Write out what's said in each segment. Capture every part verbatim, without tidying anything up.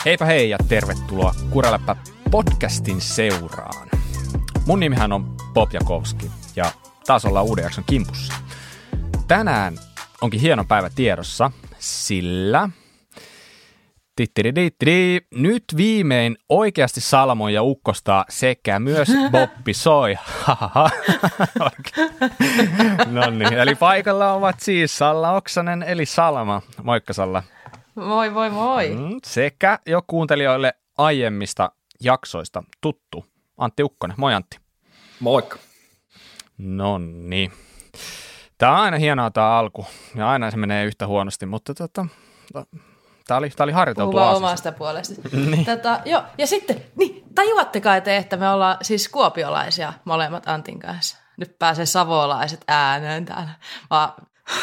Heipä hei ja tervetuloa Kuureläppä podcastin seuraan. Mun nimihän on Bob Jakowski ja taas ollaan uuden jakson kimpussa. Tänään onkin hieno päivä tiedossa, sillä nyt viimein oikeasti Salmon ja Ukkosta sekä myös Boppi soi. No niin, eli paikalla ovat siis Salla Oksanen eli Salma. Moikka Salla. Moi moi moi. Sekä jo kuuntelijoille aiemmista jaksoista tuttu Antti Ukkonen. Moi Antti. Moikka. No niin. Tämä on aina hienoa tämä alku ja aina se menee yhtä huonosti, mutta tota, tämä oli, tämä oli harjoiteltu asia. Omasta puolesta. Niin. Tota, joo, ja sitten, niin, tajuattekaan te, että me ollaan siis kuopiolaisia molemmat Antin kanssa. Nyt pääsee savolaiset ääneen täällä. Vaan...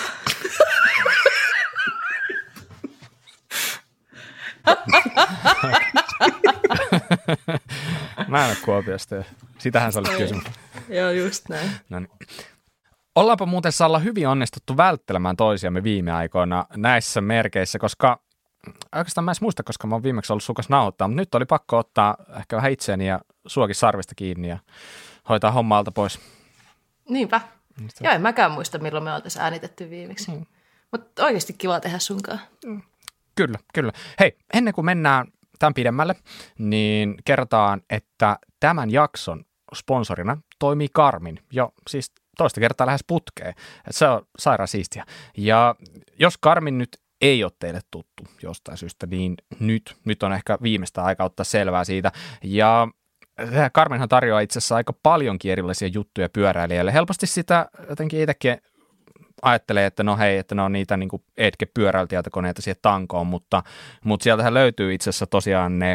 Mä en ole Kuopiosta ja sitähän sä olit kysymys. Joo, just näin. No niin. Ollaanpa muuten Salla hyvin onnistuttu välttelemään toisiamme viime aikoina näissä merkeissä, koska oikeastaan mä en muista, koska mä oon viimeksi ollut sukas nauhoittaa, mutta nyt oli pakko ottaa ehkä vähän itseäni ja suokin sarvista kiinni ja hoitaa homma alta pois. Niinpä. Niistä. Joo, en mäkään muista, milloin me oltaisiin äänitetty viimeksi. Mm. Mutta oikeasti kiva tehdä sunkaan. Mm. Kyllä, kyllä. Hei, ennen kuin mennään tämän pidemmälle, niin kerrotaan, että tämän jakson sponsorina toimii Garmin. Jo siis toista kertaa lähes putkeen. Se on sairaan siistiä. Ja jos Garmin nyt ei ole teille tuttu jostain syystä, niin nyt, nyt on ehkä viimeistä aika ottaa selvää siitä. Ja Garminhan tarjoaa itse asiassa aika paljonkin erilaisia juttuja pyöräilijälle. Helposti sitä jotenkin itsekin ajattelee, että no hei, että ne on niitä niin kuin Edge-pyöräilijätietokoneita siihen tankoon, mutta, mutta sieltähän löytyy itse asiassa tosiaan ne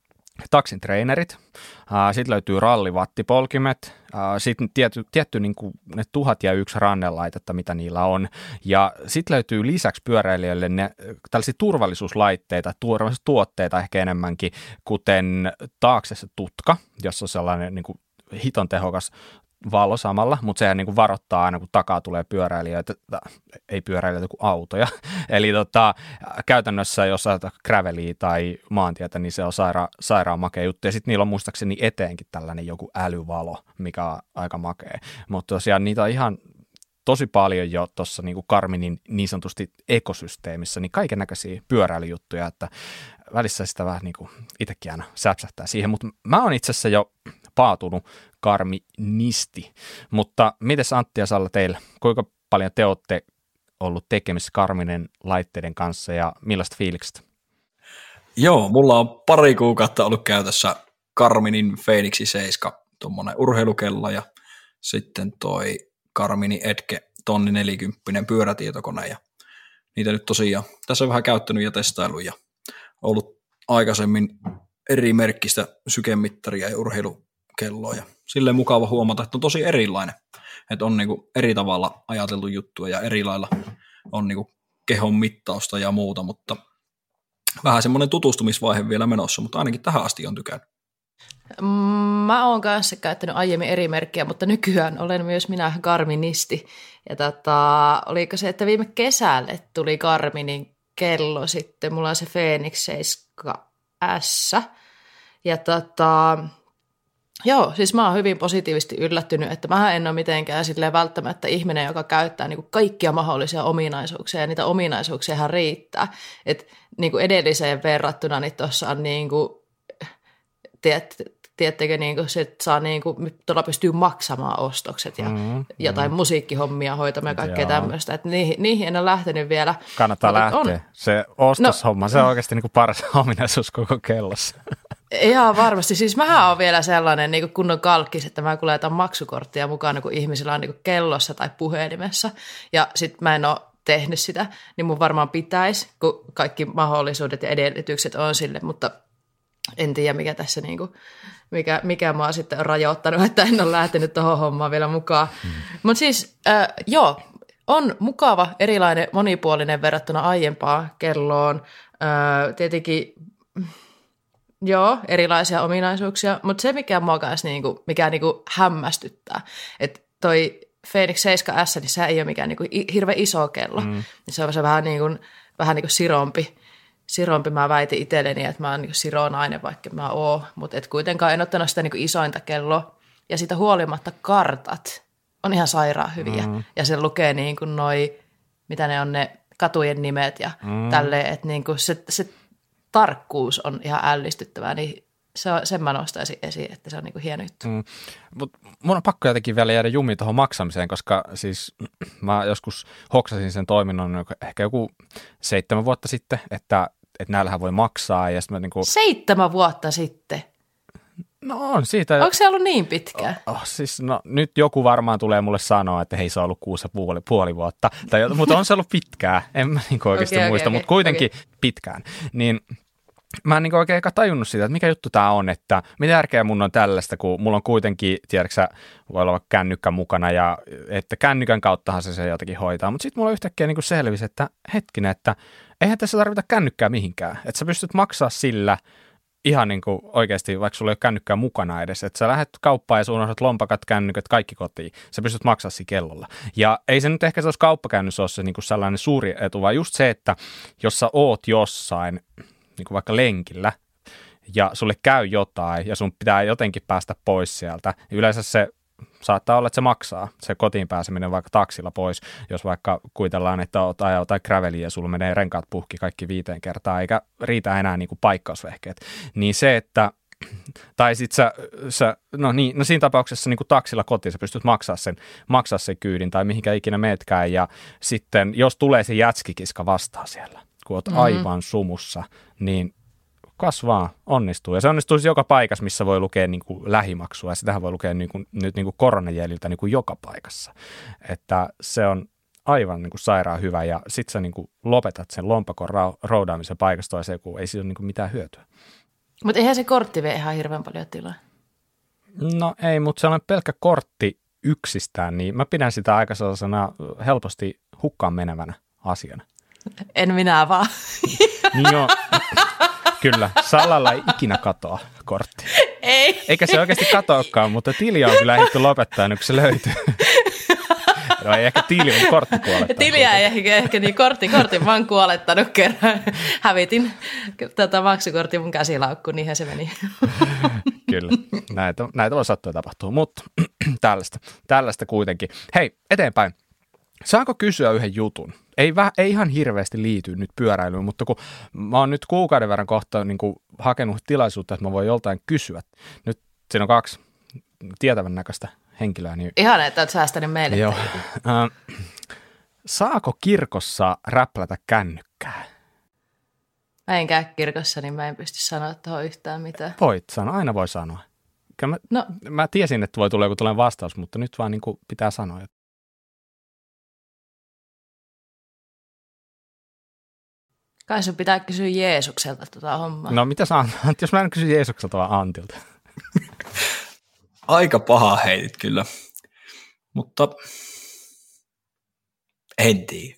taksin trainerit, sitten löytyy rallivattipolkimet, sitten tietty, tietty niin kuin ne tuhat ja yksi rannelaitetta, mitä niillä on, ja sitten löytyy lisäksi pyöräilijöille ne tällaisia turvallisuuslaitteita, turvallisuustuotteita ehkä enemmänkin, kuten taakse se tutka, jossa on sellainen niin kuin hiton tehokas valo samalla, mutta sehän niin kuin varoittaa aina, kun takaa tulee pyöräilijöitä, ei pyöräilijöitä kuin autoja. Eli tota, käytännössä, jos ajatellaan graveliä tai maantietä, niin se on saira, sairaan makea juttu. Ja sitten niillä on muistaakseni eteenkin tällainen joku älyvalo, mikä on aika makea. Mutta tosiaan niitä on ihan tosi paljon jo tuossa niin kuin Garminin niin sanotusti ekosysteemissä, niin kaiken näköisiä pyöräilyjuttuja, että välissä sitä vähän niin kuin itsekin aina säpsähtää siihen. Mutta mä oon itse asiassa jo paatunut Garministi, mutta mites Antti ja Salla teillä, kuinka paljon te olette ollut tekemisissä Garminin laitteiden kanssa ja millaista fiilikset? Joo, mulla on pari kuukautta ollut käytössä Garminin Fenix seitsemän, tuommoinen urheilukello ja sitten toi Garmin Edge tonni neljäkymmentä pyörätietokone ja niitä nyt tosiaan tässä on vähän käyttänyt ja testaillut ja ollut aikaisemmin eri merkkistä sykemittaria ja urheilukelloa ja silleen mukava huomata, että on tosi erilainen, että on niinku eri tavalla ajateltu juttua ja eri lailla on niinku kehon mittausta ja muuta, mutta vähän semmoinen tutustumisvaihe vielä menossa, mutta ainakin tähän asti on tykännyt. Mä oon kanssa käyttänyt aiemmin eri merkkiä, mutta nykyään olen myös minä Garministi. Ja tota, oliko se, että viime kesälle tuli Garminin kello sitten, mulla on se Fenix seitsemän S. Ja tota, joo, siis mä oon hyvin positiivisesti yllättynyt, että mä en ole mitenkään silleen välttämättä ihminen, joka käyttää niinku kaikkia mahdollisia ominaisuuksia, ja niitä ominaisuuksiahan riittää. Että niinku edelliseen verrattuna, niin tuossa on niinku, tiedät, tiedättekö, niinku, se, että saa niinku, tuolla pystyy maksamaan ostokset ja mm, jotain mm. musiikkihommia hoitamaan ja kaikkea tämmöistä. Että niihin, niihin en ole lähtenyt vielä. Kannattaa lähteä. On. Se ostoshomma, no, se on oikeasti niinku paras ominaisuus koko kellossa. Ihan varmasti. Siis mähän on vielä sellainen niin kunnon kalkkis, että mä kuljetan maksukorttia mukaan, kun ihmisillä on niin kellossa tai puhelimessa. Ja sitten mä en ole tehnyt sitä, niin mun varmaan pitäisi, kun kaikki mahdollisuudet ja edellytykset on sille, mutta en tiedä, mikä tässä niin kuin, mikä, mikä mua sitten on rajoittanut, että en ole lähtenyt tuohon hommaan vielä mukaan. Hmm. Mutta siis, äh, joo, on mukava, erilainen, monipuolinen verrattuna aiempaan kelloon. Äh, tietenkin... Joo, erilaisia ominaisuuksia, mutta se mikä mua kanssa niinku, mikä niinku hämmästyttää, että toi Fenix seitsemän S, niin se ei ole mikään niinku hirveän iso kello, mm. se on se vähän, niinku, vähän niinku sirompi, sirompi. Mä väitin itselleni, että mä oon niin sironainen, vaikka mä oon, mutta et kuitenkaan en ottanut sitä niin isointa kelloa. Ja siitä huolimatta kartat on ihan sairaan hyviä. Mm. Ja se lukee niin kuin noi, mitä ne on ne katujen nimet ja mm. tälleen, että niin kuin se, se tarkkuus on ihan ällistyttävää, niin se, sen mä nostaisin esiin, että se on niin kuin hieno juttu. Mm. Mut mun on pakko jotenkin vielä jäädä jumiin tuohon maksamiseen, koska siis mä joskus hoksasin sen toiminnon ehkä joku seitsemän vuotta sitten, että, että näillähän voi maksaa. Ja mä niin kuin... Seitsemän vuotta sitten? No on siitä. Onko se ollut niin pitkään? Oh, oh, siis no, nyt joku varmaan tulee mulle sanoa, että hei se on ollut kuusi ja puoli, puoli vuotta, tai, mutta on se ollut pitkään, en mä niin oikeasti okay, muista, okay, mutta kuitenkin okay. pitkään. Niin mä en niin oikein eikä tajunnut sitä, että mikä juttu tää on, että mitä järkeä mun on tällaista, kun mulla on kuitenkin, tiedätkö voi olla kännykkä mukana, ja että kännykän kauttahan se se jotenkin hoitaa, mutta sitten mulla yhtäkkiä niin selvisi, että hetkinen, että eihän tässä tarvita kännykkää mihinkään, että sä pystyt maksaa sillä, ihan niin kuin oikeasti, vaikka sulla ei ole kännykkää mukana edes, että sä lähdet kauppaan ja sun unohdat lompakat, kännykät, kaikki kotiin. Sä pystyt maksaa siinä kellolla. Ja ei se nyt ehkä tuossa kauppakäynnissä ole se niin kuin sellainen suuri etu, vaan just se, että jos sä oot jossain, niin kuin vaikka lenkillä, ja sulle käy jotain, ja sun pitää jotenkin päästä pois sieltä, niin yleensä se saattaa olla, että se maksaa, se kotiin pääseminen vaikka taksilla pois, jos vaikka kuitellaan, että oot ajaa tai graveliä ja sulla menee renkaat puhki kaikki viiteen kertaa, eikä riitä enää niin kuin paikkausvehkeet. Niin se, että, tai sit sä, sä no niin, no siinä tapauksessa niin kuin taksilla kotiin sä pystyt maksaa sen, maksaa sen kyydin tai mihinkä ikinä meetkään, ja sitten jos tulee se jätskikiska vastaan siellä, kun oot mm-hmm. aivan sumussa, niin kasvaa, onnistuu. Ja se onnistuu joka paikassa, missä voi lukea niin kuin lähimaksua, ja sitähän voi lukea niin kuin, nyt niin kuin koronajäljiltä niin kuin joka paikassa. Että se on aivan niin kuin sairaan hyvä, ja sit sä niin kuin lopetat sen lompakon roudaamisen paikasta toiseen, kun ei siitä ole niin kuin mitään hyötyä. Mutta eihän se kortti vie ihan hirveän paljon tilaa. No ei, mutta se on pelkkä kortti yksistään, niin mä pidän sitä aika sellaisena helposti hukkaan menevänä asiana. En minä vaan. Niin joo. Kyllä, Sallalla ei ikinä katoa kortti. Ei. Eikä se oikeasti katoakaan, mutta tili on kyllä ehditty lopettaa, kun se löytyy. No ei ehkä tili, mutta kortti kuolettaa. Tiliä ei ehkä, ehkä niin kortti, kortti mä oon kuolettanut kerran. Hävitin tätä maksukortin mun käsilaukkuun, niinhän se meni. Kyllä, näitä, näitä voi sattua tapahtua, mutta tällaista, tällaista kuitenkin. Hei, eteenpäin. Saanko kysyä yhden jutun? Ei, väh, ei ihan hirveästi liity nyt pyöräilyyn, mutta kun mä oon nyt kuukauden verran kohta niin kuin hakenut tilaisuutta, että mä voin joltain kysyä. Nyt siinä on kaksi tietävän näköistä henkilöä. Niin... Ihan, että oot säästänyt meille. Joo. Äh, saako kirkossa räplätä kännykkää? Mä en käy kirkossa, niin mä en pysty sanoa tuohon yhtään mitään. Voit sanoa, aina voi sanoa. Mä, no. mä tiesin, että voi tulla joku tällainen vastaus, mutta nyt vaan niin kuin pitää sanoa. Kai sun pitää kysyä Jeesukselta tuota hommaa. No mitä sä Antti, jos mä en kysy Jeesukselta vaan Antilta? Aika paha heitit kyllä, mutta en tiedä.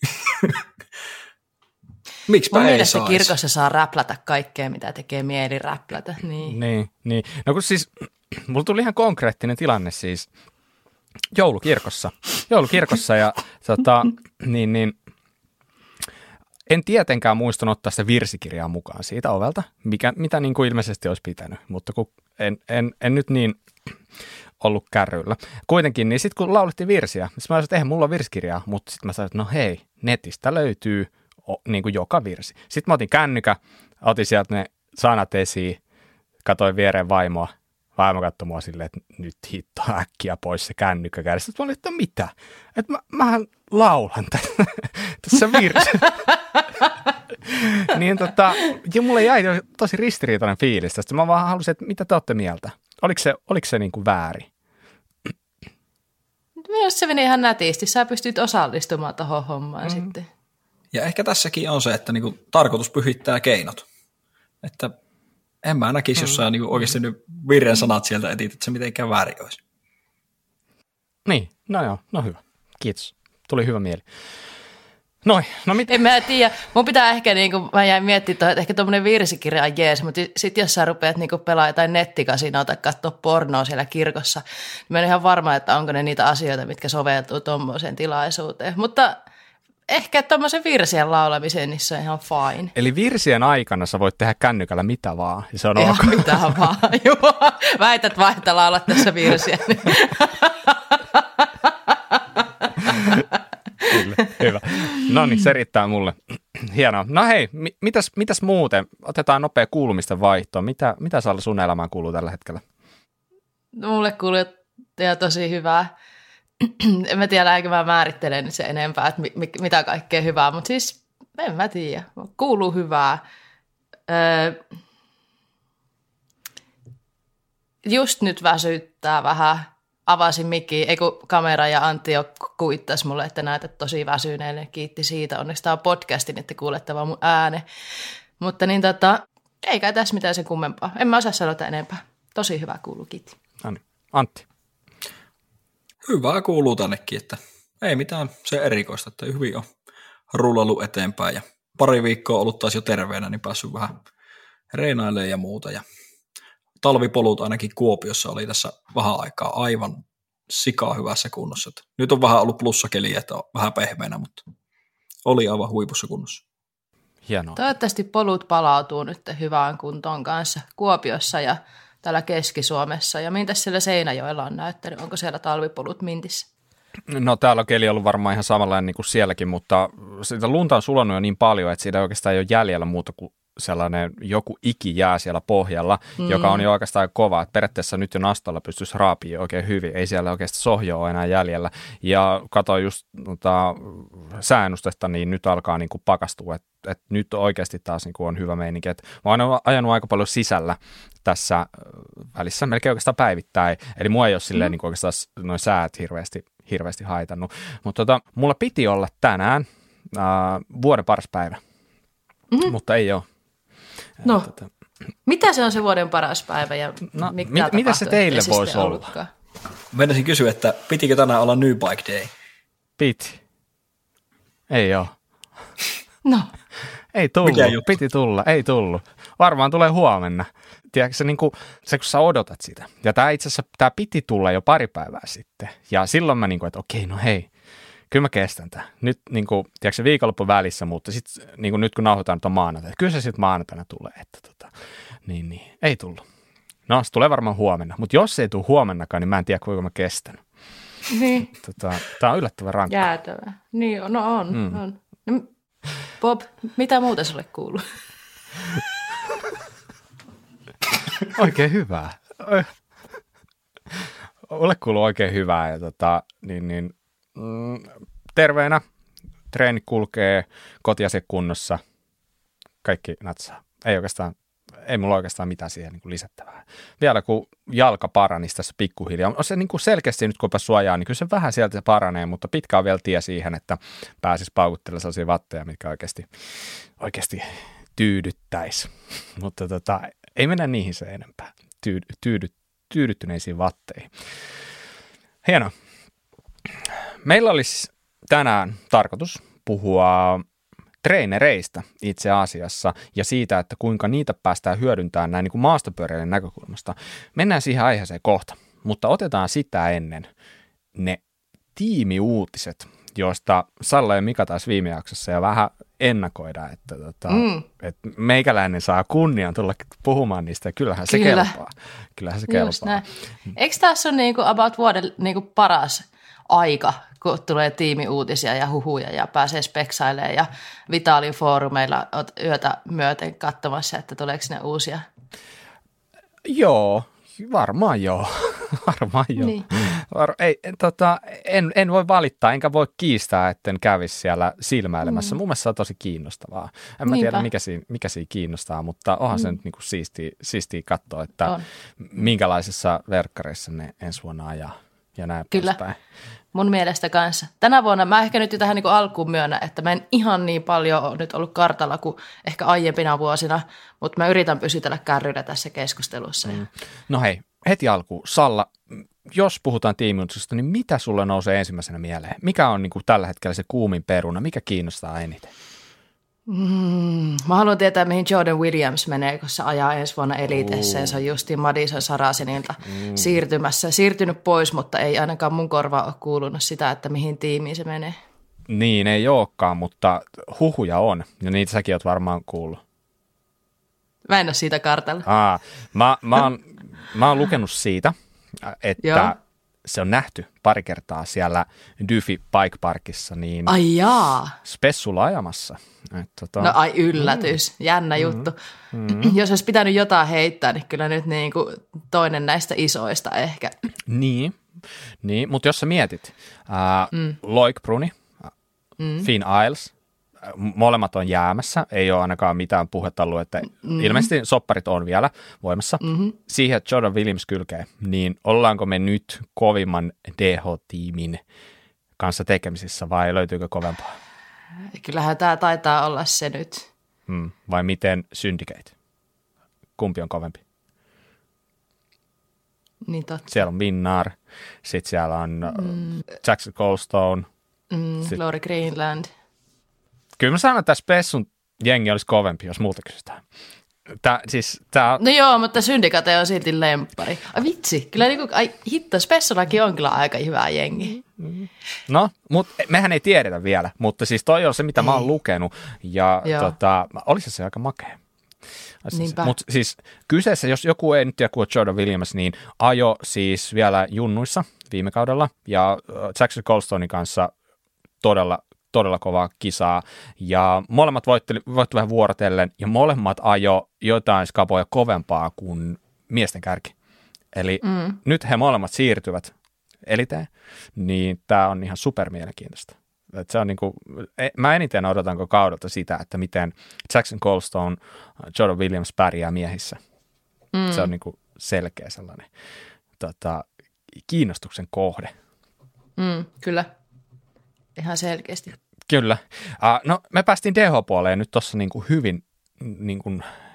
Miksipä mun ei mielestä saisi? Kirkossa saa räplätä kaikkea, mitä tekee mieli räplätä. Niin. Niin, niin. No kun siis, mulla tuli ihan konkreettinen tilanne siis joulukirkossa. Joulukirkossa ja tota, niin, niin, en tietenkään muistanut ottaa sitä virsikirjaa mukaan siitä ovelta, mikä, mitä niin kuin ilmeisesti olisi pitänyt, mutta kun en, en, en nyt niin ollut kärryillä. Kuitenkin, niin sitten kun laulettiin virsiä, niin mä sanoin, että eihän mulla ole virsikirjaa, mutta sitten mä sanoin, että no hei, netistä löytyy o, niin kuin joka virsi. Sitten mä otin kännykä, otin sieltä ne sanat esiin, katsoin viereen vaimoa, vaimo katsoi mua silleen, että nyt hitto äkkiä pois se kännykkä kädessä. Sitten mä olin, että mitä? Että mä, mähän laulan tässä, tässä virsi. Niin tota, ja mulle jäi tosi ristiriitainen fiilis tästä. Mä vaan halusin, että mitä te olette mieltä? Oliko se, oliko se niin kuin väärin? Mielestäni se meni ihan nätisti. Sä pystyt osallistumaan tuohon hommaan mm. sitten. Ja ehkä tässäkin on se, että niinku tarkoitus pyhittää keinot. Että en mä näkisi, mm. jos sä niinku oikeasti nyt virren sanat sieltä etit, että se mitenkään väärin olisi. Niin, no joo, no hyvä. Kiitos. Tuli hyvä mieli. Noin, no mitä? En mä tiedä. Mun pitää ehkä, niin kuin, mä jäin miettimään, että ehkä tuommoinen virsikirja on jees, mutta sitten jos sä rupeat niin pelaamaan jotain nettikasinoa tai katsoa pornoa siellä kirkossa, niin mä en ihan varma, että onko ne niitä asioita, mitkä soveltuu tuommoiseen tilaisuuteen. Mutta ehkä tuommoisen virsien laulamisen, niin se on ihan fine. Eli virsien aikana sä voit tehdä kännykällä mitä vaan, ja se on ihan ok. mitä vaan, joo. Väität vaan, että laulat tässä virsiä. Kyllä, hyvä. No niin, se riittää mulle. Hienoa. No hei, mi- mitäs, mitäs muuten? Otetaan nopea kuulumisten vaihto. Mitä, mitä Salla sun elämään kuuluu tällä hetkellä? No, mulle kuuluu ihan tosi hyvää. En mä tiedä, eikö mä määrittelen se enempää, että mi- mi- mitä kaikkea hyvää, mutta siis en mä tiedä. Kuuluu hyvää. Öö, just nyt väsyttää vähän. Avasin mikkiin, ei kun kamera ja Antti jo kuittasi mulle, että näytät tosi väsyneen. Kiitti siitä. Onneksi tämä on podcastin, että kuulette vaan mun ääne. Mutta niin tota, ei kai tässä mitään sen kummempaa. En mä osaa sanoa enempää. Tosi hyvä kuuluu, kiitti. No niin, Antti. Hyvää kuuluu tännekin, että ei mitään se erikoista, että hyvin on rullannut eteenpäin ja pari viikkoa ollut taas jo terveenä, niin päässyt vähän reinailemaan ja muuta. Ja talvipolut ainakin Kuopiossa oli tässä vähän aikaa aivan sikaa hyvässä kunnossa. Että nyt on vähän ollut plussakeli, että on vähän pehmeänä, mutta oli aivan huipussa kunnossa. Hienoa. Toivottavasti polut palautuu nyt hyvään kuntoon kanssa Kuopiossa ja täällä Keski-Suomessa. Ja mitäs siellä Seinäjoella on näyttänyt? Onko siellä talvipolut mintissä? No täällä on keli ollut varmaan ihan samanlainen niin kuin sielläkin, mutta sitä lunta on sulanut jo niin paljon, että siitä oikeastaan ei ole jäljellä muuta kuin sellainen joku iki jää siellä pohjalla, mm. joka on jo oikeastaan kova, että periaatteessa nyt jo nastalla pystyisi raapimaan oikein hyvin, ei siellä oikeastaan sohjoa ole enää jäljellä, ja katsoin just tota, säännustetta, niin nyt alkaa niin kuin pakastua, että et nyt oikeasti taas niin kuin on hyvä meininki, että mä oon ajanut aika paljon sisällä tässä välissä, melkein oikeastaan päivittäin, eli mua ei ole silleen mm. niin kuin oikeastaan noin säät hirveästi, hirveästi haitannut, mutta tota, mulla piti olla tänään äh, vuoden paras päivä, mm-hmm. mutta ei ole. No, tota, mitä se on se vuoden paras päivä ja no, mitä mit, mitä se teille voisi olla? Ollutkaan? Mennäisin kysyä, että pitikö tänään olla New Bike Day? Piti. Ei ole. No. Ei tullut. Piti tulla. Ei tullut. Varmaan tulee huomenna. Tiedätkö se, niin kuin, se kun sä odotat sitä. Ja tämä itse asiassa tämä piti tulla jo pari päivää sitten. Ja silloin mä niin kuin, että okei, no hei. Kyllä mä kestän tämän. Nyt niin kuin, tiedätkö se viikonloppu välissä, mutta sit, niin kuin nyt kun nauhoitaan, nyt on maanantai. Kyllä se sitten maanantaina tulee. Että, tota, niin, niin. Ei tullut. No, se tulee varmaan huomenna. Mutta jos se ei tule huomennakaan, niin mä en tiedä, kuinka mä kestän. Niin. Tota, tämä on yllättävän rankkaa. Jäätävä. Niin, no on. Mm. on. No, Bob, mitä muuta sulle kuuluu? Oikein hyvää. Ole kuuluu oikein hyvää. Ja tota, niin, niin, mm, terveenä, treeni kulkee, kotiasekunnossa, kaikki natsaa. Ei oikeastaan, ei mulla oikeastaan mitään siihen niin kuin lisättävää. Vielä kun jalka paranisi tässä pikkuhiljaa, on se niin kuin selkeästi nyt kun opasi suojaa, niin kyllä se vähän sieltä paranee, mutta pitkä on vielä tie siihen, että pääsisi paukuttelemaan sellaisia vatteja, mitkä oikeasti, oikeasti tyydyttäisi. Mutta tota, ei mennä niihin se enempää, Tyydy, tyydy, tyydyttyneisiin vatteihin. Hienoa. Meillä olisi tänään tarkoitus puhua treenereistä itse asiassa ja siitä, että kuinka niitä päästään hyödyntämään näin niin kuin maastopyöräilijän näkökulmasta. Mennään siihen aiheeseen kohta, mutta otetaan sitä ennen ne tiimiuutiset, joista Salla ja Mika taas viime jaksossa ja vähän ennakoida, että, tota, mm. että meikäläinen saa kunnian tulla puhumaan niistä ja kyllähän se Kyllä. kelpaa. Kyllähän se kelpaa. Eikö tässä ole niinku about vuoden niinku paras aika, kun tulee tiimiuutisia ja huhuja ja pääsee speksailemaan ja Vitalin foorumeilla olet yötä myöten katsomassa, että tuleeko ne uusia? Joo, varmaan joo. Varmaan joo. Niin. Var, ei, tota, en, en voi valittaa, enkä voi kiistää, etten kävisi siellä silmäilemässä. Mm. Mun mielestä se on tosi kiinnostavaa. En mä tiedä, mikä siinä, mikä siinä kiinnostaa, mutta onhan mm. se nyt niin kuin siistiä, siistiä katsoa, että on. minkälaisissa verkkareissa ne ensi vuonna ajaa ja näin Kyllä. poispäin. Mun mielestä kanssa. Tänä vuonna mä ehkä nyt jo tähän niin kuin alkuun myönnä, että mä en ihan niin paljon ole nyt ollut kartalla kuin ehkä aiempina vuosina, mutta mä yritän pysytellä kärryillä tässä keskustelussa. Mm. No hei, heti alkuun. Salla, jos puhutaan tiimiuutisesta, niin mitä sulle nousee ensimmäisenä mieleen? Mikä on niin kuin tällä hetkellä se kuumin peruna? Mikä kiinnostaa eniten? Mm, mä haluan tietää, mihin Jordan Williams menee, kun se ajaa ensi vuonna Elitessä. Se on justiin Madison Sarasenilta mm. siirtymässä. Siirtynyt pois, mutta ei ainakaan mun korvaa ole kuulunut sitä, että mihin tiimiin se menee. Niin, ei olekaan, mutta huhuja on, ja niitä säkin oot varmaan kuullut. Mä en ole siitä kartalla. Aa, mä, mä, oon, mä oon lukenut siitä, että Joo. se on nähty pari kertaa siellä Dyfi Bike Parkissa, niin ai jaa. spessulla ajamassa. Et, tota, no ai yllätys, mm, jännä mm, juttu. Mm. Jos olisi pitänyt jotain heittää, niin kyllä nyt niin kuin toinen näistä isoista ehkä. Niin, niin mutta jos sä mietit, ää, mm. Loic Bruni, mm. Finn Isles, molemmat on jäämässä, ei ole ainakaan mitään puhetta ollut, että mm-hmm. ilmeisesti sopparit on vielä voimassa. Mm-hmm. Siihen, että Jordan Williams kylkee, niin ollaanko me nyt kovimman D H-tiimin kanssa tekemisissä vai löytyykö kovempaa? Kyllähän tämä taitaa olla se nyt. Hmm. Vai miten Syndicate? Kumpi on kovempi? Niin totta. Siellä on Minnaar, sitten siellä on mm. Jackson Goldstone. Mm, sit... Glory Greenland. Kyllä mä sanon, että Spessun jengi olisi kovempi, jos multa kysytään. Tää, siis, tää... No joo, mutta Syndicate on silti lemppari. Ai vitsi, kyllä niinku, ai hitto, Spessullakin on kyllä aika hyvä jengi. No, mutta mehän ei tiedetä vielä, mutta siis toi on se, mitä ei. mä oon lukenut, ja tota, olisi se aika makea. Mutta siis kyseessä, jos joku ei nyt tiedä, kuin Jordan Williams, niin ajo siis vielä junnuissa viime kaudella, ja Jackson Goldstonein kanssa todella todella kovaa kisaa, ja molemmat voitteli, voitteli vähän vuorotellen, ja molemmat ajo jotain skapoja kovempaa kuin miesten kärki. Eli mm. nyt he molemmat siirtyvät eliteen, niin tämä on ihan super mielenkiintoista. Et se on niinku, mä eniten odotanko kaudelta sitä, että miten Jackson Goldstone, Jordan Williams pärjää miehissä. Mm. Se on niinku selkeä sellainen tota, kiinnostuksen kohde. Mm, kyllä. Ihan selkeästi. Kyllä. Uh, no me päästiin D H-puoleen nyt tuossa niinku hyvin niinku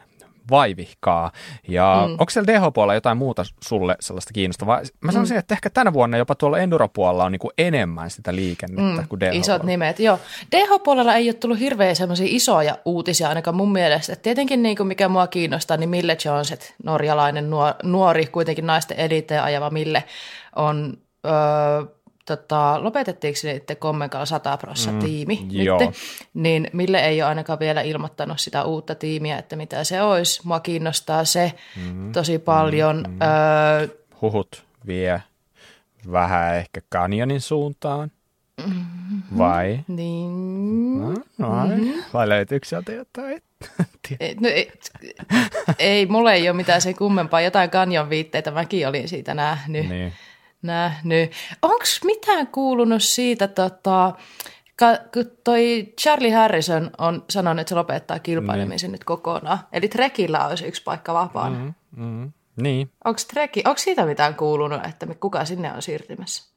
vaivihkaa. Ja mm. onko siellä D H-puolella jotain muuta sulle sellaista kiinnostavaa? Mä sanoisin, mm. että ehkä tänä vuonna jopa tuolla Enduro-puolella on niinku enemmän sitä liikennettä mm. kuin D H-puolella. Isot nimet, joo. D H-puolella ei ole tullut hirveän semmoisia isoja uutisia ainakaan mun mielestä. Et tietenkin niinku mikä mua kiinnostaa, niin Mille Jones, norjalainen nuori, nuori kuitenkin naisten eliteen ajava Mille, on... Öö, Tota, lopetettiinko niiden Kommenkalla sata prosenttia tiimi mm, nyt, niin Mille ei ole ainakaan vielä ilmoittanut sitä uutta tiimiä, että mitä se olisi. Mua kiinnostaa se mm, tosi paljon. Mm, öö, Huhut vie vähän ehkä Canyonin suuntaan, mm-hmm, vai? Niin. No, no, mm-hmm. Vai löytyykö sieltä jotain? No, ei, ei, mulla ei ole mitään sen kummempaa. Jotain Canyon viitteitä mäkin olin siitä nähnyt. Niin. Nähnyt. Onko mitään kuulunut siitä, tota, kun toi Charlie Harrison on sanonut, että se lopettaa kilpailemisen niin. nyt kokonaan. Eli Trekillä olisi yksi paikka vapaana. Mm, mm, niin. Onko Treki, onko siitä mitään kuulunut, että kuka sinne on siirtymässä?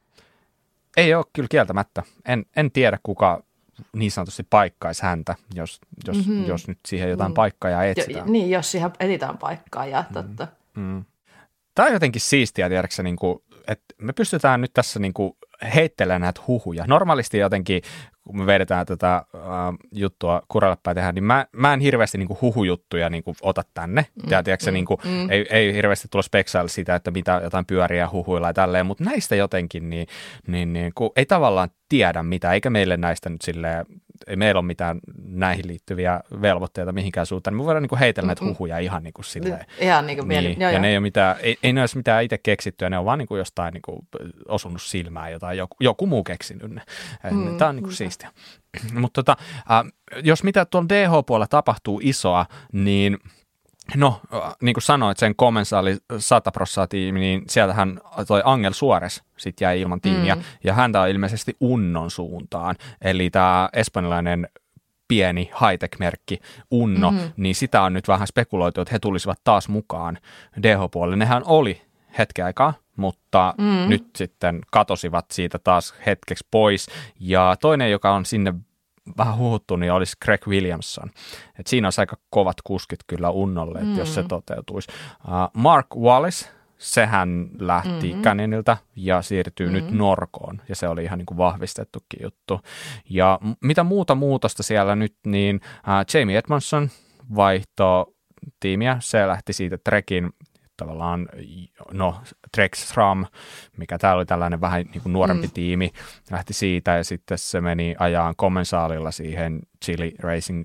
Ei ole kyllä kieltämättä. En, en tiedä, kuka niin sanotusti paikkaisi häntä, jos, jos, mm-hmm. jos nyt siihen jotain mm. paikkaa etsitään. Jo, niin, jos siihen etsitään paikkaa, ja totta. Mm. Mm. Tämä on jotenkin siistiä, tiedätkö, niin kuin, että me pystytään nyt tässä niin kuin heittelemään näitä huhuja. Normaalisti jotenkin, kun me vedetään tätä äh, juttua kuralle päin tehdään, niin mä, mä en hirveästi niin kuin huhujuttuja niin kuin ota tänne. Mm, ja tiedätkö, mm, niin kuin, mm. ei, ei hirveästi tulla speksailla sitä, että mitä jotain pyöriä huhuilla ja tälleen, mutta näistä jotenkin, niin, niin, niin kun ei tavallaan tiedä mitä, eikä meille näistä nyt silleen, ei meillä ole mitään näihin liittyviä velvoitteita mihinkään suuntaan, niin me voidaan niin kuin heitellä näitä huhuja ihan niin kuin silleen. Ihan niin kuin mieli. Niin, joo, ja joo. ne ei ole mitään, ei, ei ne olisi mitään itse keksittyä, ne on vaan niin kuin jostain niin kuin osunut silmään, jotain joku, joku muu keksinyt ne. Mm, Tämä on niin kuin siistiä. Mutta tota, äh, jos mitä tuolla D H-puolella tapahtuu isoa, niin no, niin kuin sanoit, sen Commensali sata prosenttia tiimi, niin sieltähän toi Angel Suarez sit jäi ilman tiimiä, mm. ja häntä on ilmeisesti Unnon suuntaan, eli tämä espanjalainen pieni high-tech-merkki Unno, mm-hmm. niin sitä on nyt vähän spekuloitu, että he tulisivat taas mukaan D H-puolelle. Nehän oli hetken aikaa, mutta mm. nyt sitten katosivat siitä taas hetkeksi pois, ja toinen, joka on sinne vähän huhuttu, niin olisi Greg Williamson. Et siinä olisi aika kovat kuskit kyllä Unnolle, että mm. jos se toteutuisi. Uh, Mark Wallace, sehän lähti mm-hmm. Canyonilta ja siirtyy mm-hmm. nyt Norkoon, ja se oli ihan niin kuin vahvistettukin juttu. Ja mitä muuta muutosta siellä nyt, niin uh, Jamie Edmondson vaihtoi tiimiä, se lähti siitä Trekin tavallaan, no Trek Stram, mikä täällä oli tällainen vähän niin kuin nuorempi mm. tiimi, lähti siitä ja sitten se meni ajaan kommensaalilla siihen Chili Racing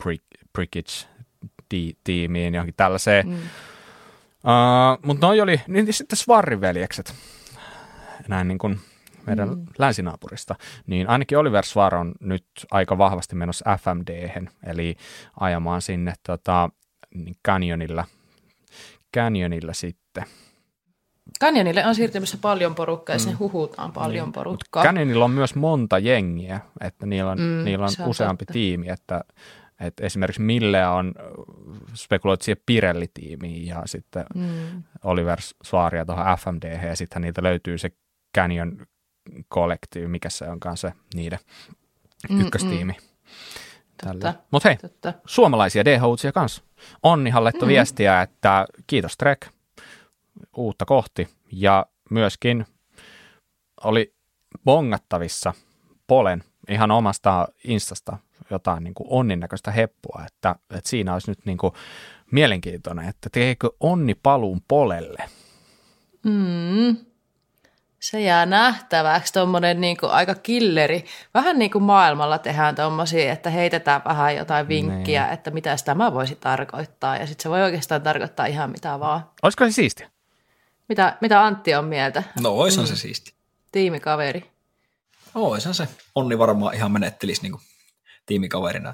Prickage-tiimiin, johonkin tällaiseen. Mm. Uh, mutta noi oli niin sitten Svarrin veljekset, näin niin kuin meidän mm. länsinaapurista, niin ainakin Oliver Svar on nyt aika vahvasti menossa F M D-hen, eli ajamaan sinne tota, Canyonilla, Canyonilla sitten. Canyonille on siirtymässä paljon porukkaa ja sen mm. huhutaan paljon niin. porukkaa. Canyonilla on myös monta jengiä, että niillä on, mm, niillä on, on useampi totta. tiimi, että, että esimerkiksi Millea on spekuloitu siihen Pirelli-tiimiin ja sitten mm. Oliver Svaria tuohon F M D-hen ja sitten niiltä löytyy se Canyon Collective, mikä se onkaan se niiden mm, ykköstiimi. Mm. Mutta hei, totta. Suomalaisia D H-uutisia kanssa. Onnihan laittoi mm. viestiä, että kiitos Trek, uutta kohti. Ja myöskin oli bongattavissa Polen ihan omasta instasta jotain niin kuin onnin näköistä heppua, että, että siinä olisi nyt niin kuin mielenkiintoinen, että teekö onni paluun Polelle? Mm. Se jää nähtäväksi, tuommoinen niinku aika killeri. Vähän niin kuin maailmalla tehdään tuommoisia, että heitetään vähän jotain vinkkiä, niin. että mitä tämä voisi tarkoittaa. Ja sitten se voi oikeastaan tarkoittaa ihan mitä vaan. Olisiko se siistiä? Mitä, mitä Antti on mieltä? No oishan mm. se siisti. Tiimikaveri. Oishan se. Onni varmaan ihan menettelisi niin kuin tiimikaverina.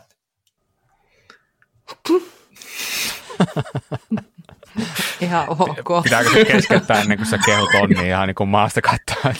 Ihan ok. Pitääkö se keskeyttää ennen kuin sä kehut Onni ihan niin kuin maasta katsoa?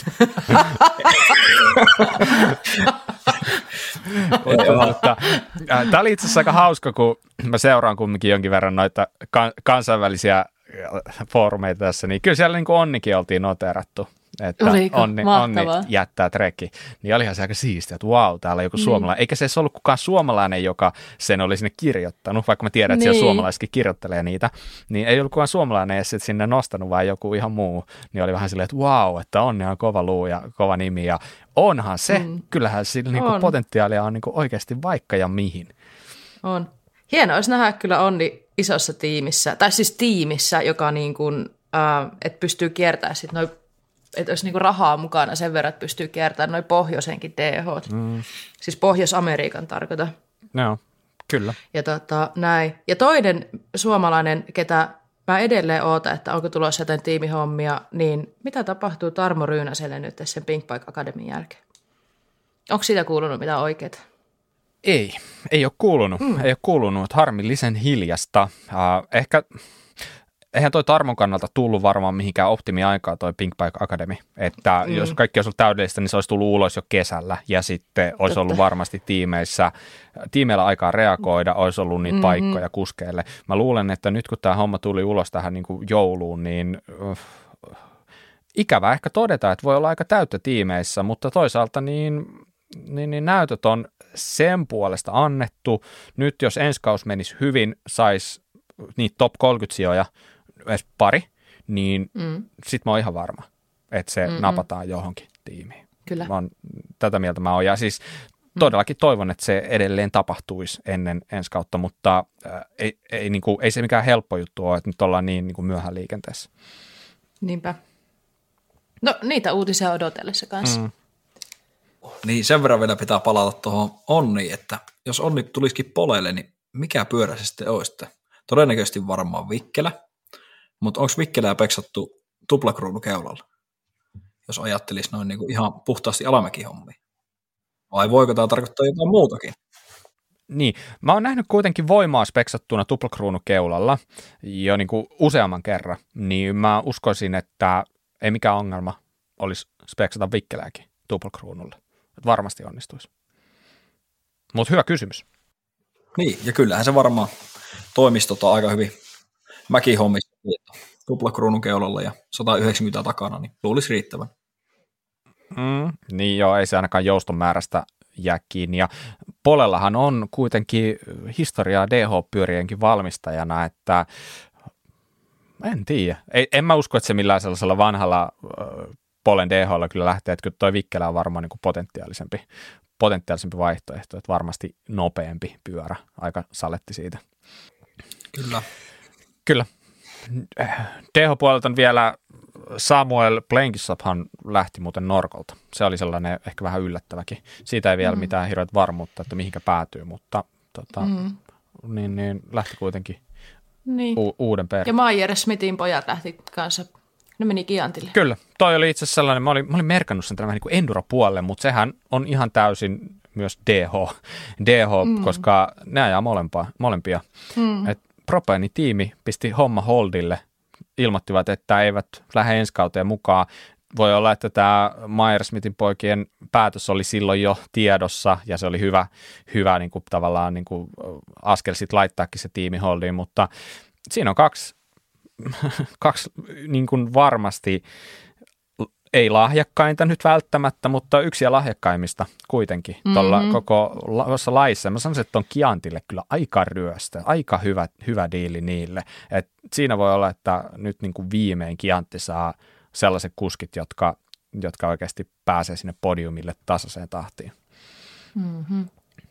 Tämä oli itse asiassa aika hauska, kun mä seuraan kumminkin jonkin verran noita kansainvälisiä foorumeita tässä, niin kyllä siellä niin kuin Onnikin oltiin noteerattu. Että onni, onni jättää Trekki. Niin olihan se aika siistiä, että vau, täällä on joku niin. suomalainen. Eikä se edes ollut kukaan suomalainen, joka sen oli sinne kirjoittanut, vaikka mä tiedän, että niin. siellä suomalaisetkin kirjoittelee niitä. Niin ei ollut kukaan suomalainen edes sinne nostanut, vaan joku ihan muu. Niin oli vähän silleen, että vau, että Onni on kova luu ja kova nimi. Ja onhan se, mm. kyllähän sillä on. Niinku potentiaalia on niinku oikeasti vaikka ja mihin. On. Hienoa olisi nähdä kyllä Onni isossa tiimissä, tai siis tiimissä, joka niin kuin, äh, että pystyy kiertämään sitten noin, että olisi niinku rahaa mukana sen verran, että pystyy kiertämään noin pohjoisenkin D H. Mm. Siis Pohjois-Amerikan tarkoita. No, kyllä. Ja, tota, näin. ja toinen suomalainen, ketä mä edelleen ootan, että onko tulossa jotain tiimihommia, niin mitä tapahtuu Tarmo Ryynäselle nyt sen Pink Bike Academyn jälkeen? Onko siitä kuulunut mitään oikeaa? Ei, ei ole kuulunut. Mm. Ei ole kuulunut. Harmillisen hiljasta. Uh, ehkä... Eihän toi Tarmon kannalta tullut varmaan mihinkään optimiaikaa toi Pink Bike Academy, että mm. jos kaikki olisi ollut täydellistä, niin se olisi tullut ulos jo kesällä ja sitten olisi Totta. ollut varmasti tiimeissä, tiimeillä aikaa reagoida, olisi ollut niitä mm-hmm. paikkoja kuskeille. Mä luulen, että nyt kun tämä homma tuli ulos tähän niin kuin jouluun, niin uh, ikävä ehkä todeta, että voi olla aika täyttä tiimeissä, mutta toisaalta niin, niin, niin näytöt on sen puolesta annettu. Nyt jos ensi kausi menisi hyvin, saisi niitä top kolmekymmentä sijoja, edes pari, niin mm. sit mä oon ihan varma, että se Mm-mm. napataan johonkin tiimiin. Kyllä. Mä oon, tätä mieltä mä oon. Ja siis todellakin toivon, että se edelleen tapahtuisi ennen ensi kautta, mutta äh, ei, ei, niin kuin, ei se mikään helppo juttu ole, että nyt ollaan niin, niin kuin myöhään liikenteessä. Niinpä. No niitä uutisia odotellessa kanssa. Mm. Niin sen verran vielä pitää palata tuohon Onniin, että jos Onni tulisikin Polelle, niin mikä pyörä se sitten olisi? Todennäköisesti varmaan Vikkelä. Mutta onko Vikkelää peksattu tuplakruunu keulalla, jos ajattelisi noin niinku ihan puhtaasti alamäkihommia? Vai voiko tämä tarkoittaa jotain muutakin? Niin, mä oon nähnyt kuitenkin voimaa speksattuna tuplakruunu keulalla jo niinku useamman kerran, niin mä uskoisin, että ei mikään ongelma olisi speksata Vikkelääkin tuplakruunulla. Varmasti onnistuisi. Mutta hyvä kysymys. Niin, ja kyllähän se varmaan toimisi tota aika hyvin mäkihommista. Tuplakruunun keulalla ja sata yhdeksänkymmentä takana, niin luulisi riittävän. Mm, niin joo, ei se ainakaan jouston määrästä jää kiinni. Ja Polellahan on kuitenkin historiaa D H-pyörienkin valmistajana, että en tiedä. Ei, en mä usko, että se millään sellaisella vanhalla äh, Polen D H:lla kyllä lähtee, että kyllä toi Vikkelä on varmaan niin kuin potentiaalisempi, potentiaalisempi vaihtoehto, että varmasti nopeampi pyörä, aika saletti siitä. Kyllä. Kyllä. D H-puolelta on vielä Samuel Blenkissophan lähti muuten Norkolta. Se oli sellainen ehkä vähän yllättäväkin. Siitä ei vielä mm. mitään hirveät varmuutta, että mihinkä päätyy, mutta tota, mm. niin, niin, lähti kuitenkin niin. u- uuden perheen. Ja Maier Smithin pojat lähti kanssa, ne meni Giantille. Kyllä, toi oli itse asiassa sellainen, mä olin, mä olin merkannut sen tämän niin kuin enduro-puolelle, mutta sehän on ihan täysin myös D H, D H mm. koska ne ajaa molempia. molempia. Mm. Et Propeeni tiimi pisti homma holdille, ilmoittivat, että eivät lähde ensi kauteen mukaan. Voi olla, että tämä Maier-Smithin poikien päätös oli silloin jo tiedossa, ja se oli hyvä, hyvä niin kuin tavallaan niin kuin askel sitten laittaakin se tiimi holdiin, mutta siinä on kaksi, kaksi niin kuin varmasti, ei lahjakkainta nyt välttämättä, mutta yksi ja lahjakkaimmista kuitenkin mm-hmm. tuolla koko la- laissa. Mä sanoisin, että on Giantille kyllä aika ryöstä, aika hyvä, hyvä diili niille. Et siinä voi olla, että nyt niin kuin viimein Giantti saa sellaiset kuskit, jotka, jotka oikeasti pääsee sinne podiumille tasaiseen tahtiin. Mm-hmm.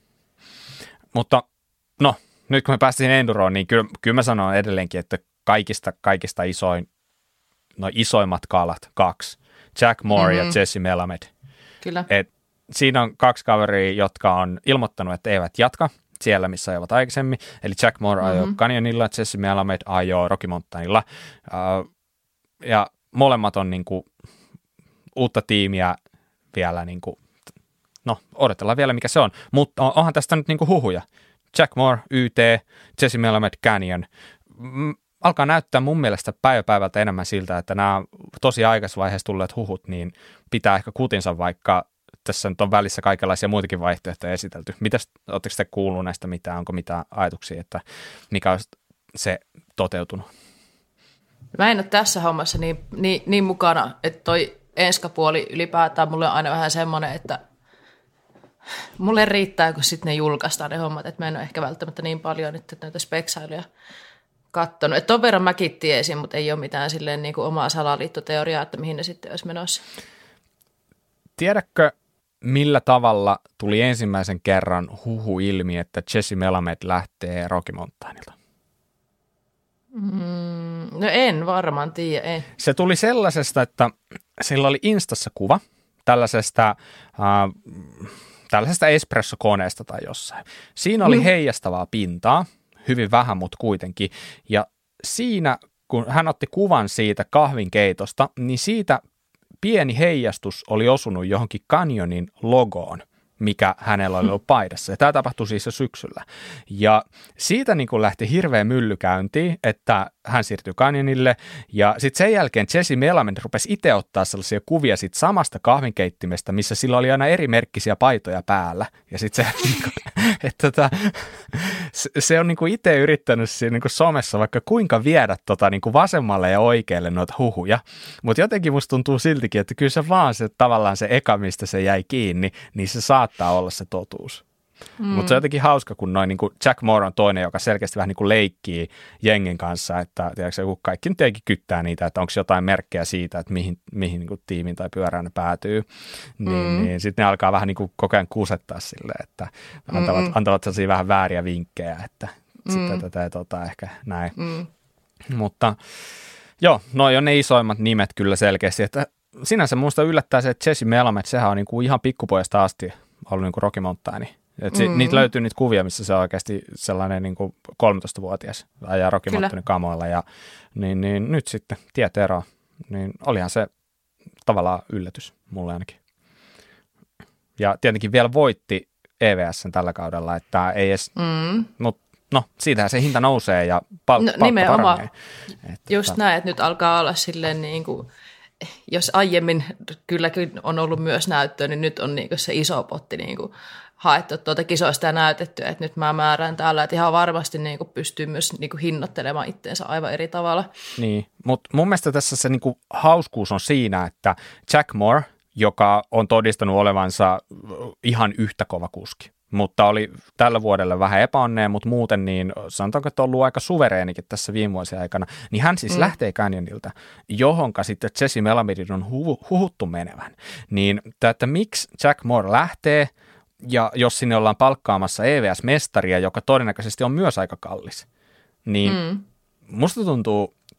Mutta no, nyt kun me päästiin Enduroon, niin kyllä, kyllä mä sanon edelleenkin, että kaikista, kaikista isoin, no isoimmat kalat, kaksi, Jack Moore mm-hmm. ja Jesse Melamed. Kyllä. Et siinä on kaksi kaveria, jotka on ilmoittanut, että eivät jatka siellä, missä ajoivat aikaisemmin. Eli Jack Moore mm-hmm. ajoi Canyonilla, Jesse Melamed ajoi Rocky Mountainilla. Uh, ja molemmat on niinku uutta tiimiä vielä, niinku, no odotellaan vielä mikä se on, mutta onhan tästä nyt niinku huhuja. Jack Moore, Y T, Jesse Melamed, Canyon. Mm, alkaa näyttää mun mielestä päivä päivältä enemmän siltä, että nämä tosi aikaisessa vaiheessa tulleet huhut, niin pitää ehkä kutinsa, vaikka tässä nyt on välissä kaikenlaisia muitakin vaihtoehtoja esitelty. Mitäs, ootteko te kuullut näistä mitään, onko mitään ajatuksia, että mikä olisi se toteutunut? Mä en ole tässä hommassa niin, niin, niin mukana, että toi enskapuoli ylipäätään mulle on aina vähän semmoinen, että mulle riittää, kun sitten ne julkaistaan ne hommat, että mä en ole ehkä välttämättä niin paljon nyt näitä speksailuja katsonut. Että ton verran mäkin tiesin, mutta ei ole mitään silleen niin kuin omaa salaliittoteoriaa, että mihin ne sitten olisi menossa. Tiedätkö, millä tavalla tuli ensimmäisen kerran huhu ilmi, että Jesse Melamed lähtee Rocky Mountainilta? Mm, no en varmaan tiedä, ei. Se tuli sellaisesta, että sillä oli Instassa kuva tällaisesta, äh, tällaisesta espressokoneesta tai jossain. Siinä oli mm. heijastavaa pintaa, hyvin vähän, mutta kuitenkin. Ja siinä, kun hän otti kuvan siitä kahvinkeitosta, niin siitä pieni heijastus oli osunut johonkin Canyonin logoon, mikä hänellä oli ollut paidassa. Ja tämä tapahtui siis jo syksyllä. Ja siitä niin kuin lähti hirveä mylly käyntiin, että hän siirtyi Canyonille. Ja sitten sen jälkeen Jesse Melamed rupesi itse ottaa sellaisia kuvia siitä samasta kahvinkeittimestä, missä sillä oli aina eri merkkisiä paitoja päällä. Ja sitten se, että tota, se on niin kuin itse yrittänyt siinä niin kuin somessa vaikka kuinka viedä tota niin kuin vasemmalle ja oikealle noita huhuja. Mutta jotenkin musta tuntuu siltikin, että kyllä se vaan se tavallaan se eka, mistä se jäi kiinni, niin se saattaa olla se totuus. Mm. Mutta se on jotenkin hauska, kun noin niin kuin Jack Moore on toinen, joka selkeästi vähän niin kuin leikkii jengen kanssa, että tiedätkö, kun kaikki nyt eikin kyttää niitä, että onko jotain merkkejä siitä, että mihin, mihin niin kuin tiimiin tai pyörään ne päätyy, niin, mm. niin sitten ne alkaa vähän niin kuin koko ajan kusettaa silleen, että antavat, mm. antavat sellaisia vähän vääriä vinkkejä, että mm. sitten tätä tota, ehkä näin. Mm. Mutta joo, noi on ne isoimmat nimet kyllä selkeästi, että sinänsä minusta yllättää se, että Jesse Melamed, sehän on niin kuin ihan pikkupojasta asti ollut niin kuin Rocky Mountain. Mm-hmm. Niitä löytyy niitä kuvia, missä se on oikeasti sellainen niin kuin kolmetoistavuotias ajaa Rocky Mountainin kamoilla. Ja niin, niin nyt sitten tiet eroa. Niin olihan se tavallaan yllätys mulle ainakin. Ja tietenkin vielä voitti E V S:n tällä kaudella, että ei edes, mm. mutta no siitähän se hinta nousee ja pal- no, palkka paranee. Että, just näin, että nyt alkaa olla silleen niin kuin, jos aiemmin kylläkin on ollut myös näyttöä, niin nyt on niin kuin se iso potti niin kuin haettu tuota kisoista ja näytetty, että nyt mä määrään täällä, että ihan varmasti niin kuin pystyy myös niin kuin hinnoittelemaan itteensä aivan eri tavalla. Niin, mutta mun mielestä tässä se niin kuin hauskuus on siinä, että Jack Moore, joka on todistanut olevansa ihan yhtä kova kuski, mutta oli tällä vuodella vähän epäonneen, mutta muuten niin sanotaanko, että on ollut aika suvereenikin tässä viime vuosien aikana, niin hän siis mm. lähtee Canyonilta, johonka sitten Jesse Melamedin on hu- huhuttu menevän. Niin, että miksi Jack Moore lähtee, ja jos sinne ollaan palkkaamassa E V S-mestaria, joka todennäköisesti on myös aika kallis, niin mm. musta tuntuu,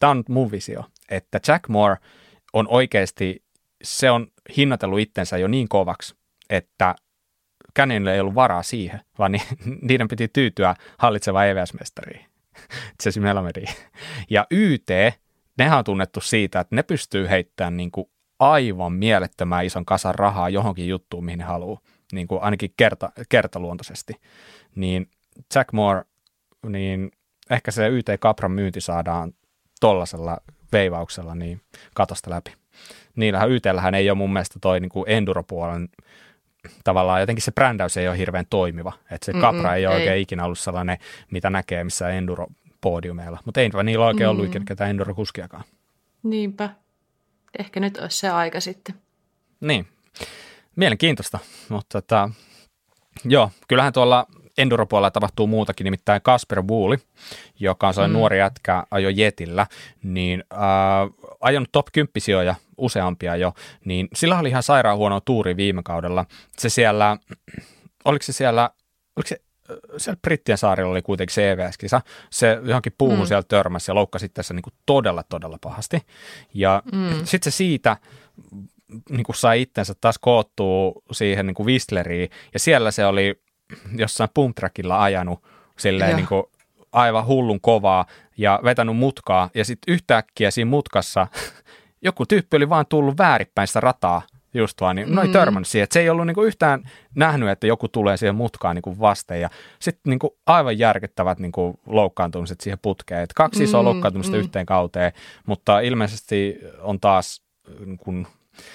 tämä on mun visio, että Jack Moore on oikeasti, se on hinnoitellut itsensä jo niin kovaksi, että Canyonilla ei ollut varaa siihen, vaan ni, niiden piti tyytyä hallitsevaan E V S-mestariin, Jesse Melamediin. Ja Y T, nehän on tunnettu siitä, että ne pystyy heittämään niin kuin aivan mielettömän ison kasan rahaa johonkin juttuun, mihin ne haluaa, niin kuin ainakin kerta, kertaluontoisesti. Niin Jack Moore, niin ehkä se Y T Capran myynti saadaan tollasella veivauksella niin katosta läpi. Niillähän Y T:llähän ei ole mun mielestä toi niin kuin enduro-puolen tavallaan jotenkin se brändäys ei ole hirveän toimiva. Että se Mm-mm, Capra ei ole ei. oikein ikinä ollut sellainen, mitä näkee missään enduro-podiumeilla. Mutta ei niillä oikein ollut ikinä ketään enduro-kuskiakaan. Niinpä. Ehkä nyt olisi se aika sitten. Niin. Mielenkiintoista. Mutta tota, joo, kyllähän tuolla enduro-puolella tapahtuu muutakin, nimittäin Kasper Wuuli, joka on sellainen mm. nuori jätkä, ajoi Jetillä, niin äh, ajanut top kymmenen sijoja useampia jo, niin sillä oli ihan sairaan huono tuuri viime kaudella. Se siellä, oliko se siellä, oliko se siellä Brittien saarilla oli kuitenkin se E V S-kisa, se johonkin puuhun mm. siellä törmäsi ja loukkasi tässä niin kuin todella, todella pahasti. Ja mm. sitten se siitä niin kuin sai itsensä taas koottua siihen niin kuin Whistleriin, ja siellä se oli jossain pumptrackilla ajanut silleen niin kuin aivan hullun kovaa ja vetänyt mutkaa, ja sitten yhtäkkiä siinä mutkassa joku tyyppi oli vaan tullut väärinpäin sitä rataa just vaan, niin mm. noin törmännyt siihen, että se ei ollut niin kuin yhtään nähnyt, että joku tulee siihen mutkaan niin kuin vasten, ja sitten niin kuin aivan järkyttävät niin kuin loukkaantumiset siihen putkeen, että kaksi isoa mm. loukkaantumista mm. yhteen kauteen, mutta ilmeisesti on taas niin kuin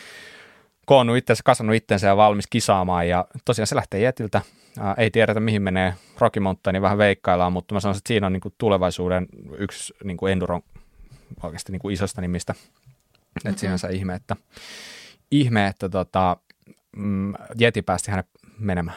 koonnut itsensä, kasannut itsensä ja valmis kisaamaan, ja tosiaan se lähtee Jetiltä. Ää, ei tiedetä, mihin menee Rocky Mountainin, vähän veikkaillaan, mutta mä sanoisin, että siinä on niin kuin tulevaisuuden yksi niin kuin enduron oikeasti niin kuin isosta nimistä. Mm-hmm. Että sinänsä ihme, että, ihme, että tota, mm, Jeti päästi hänet menemään.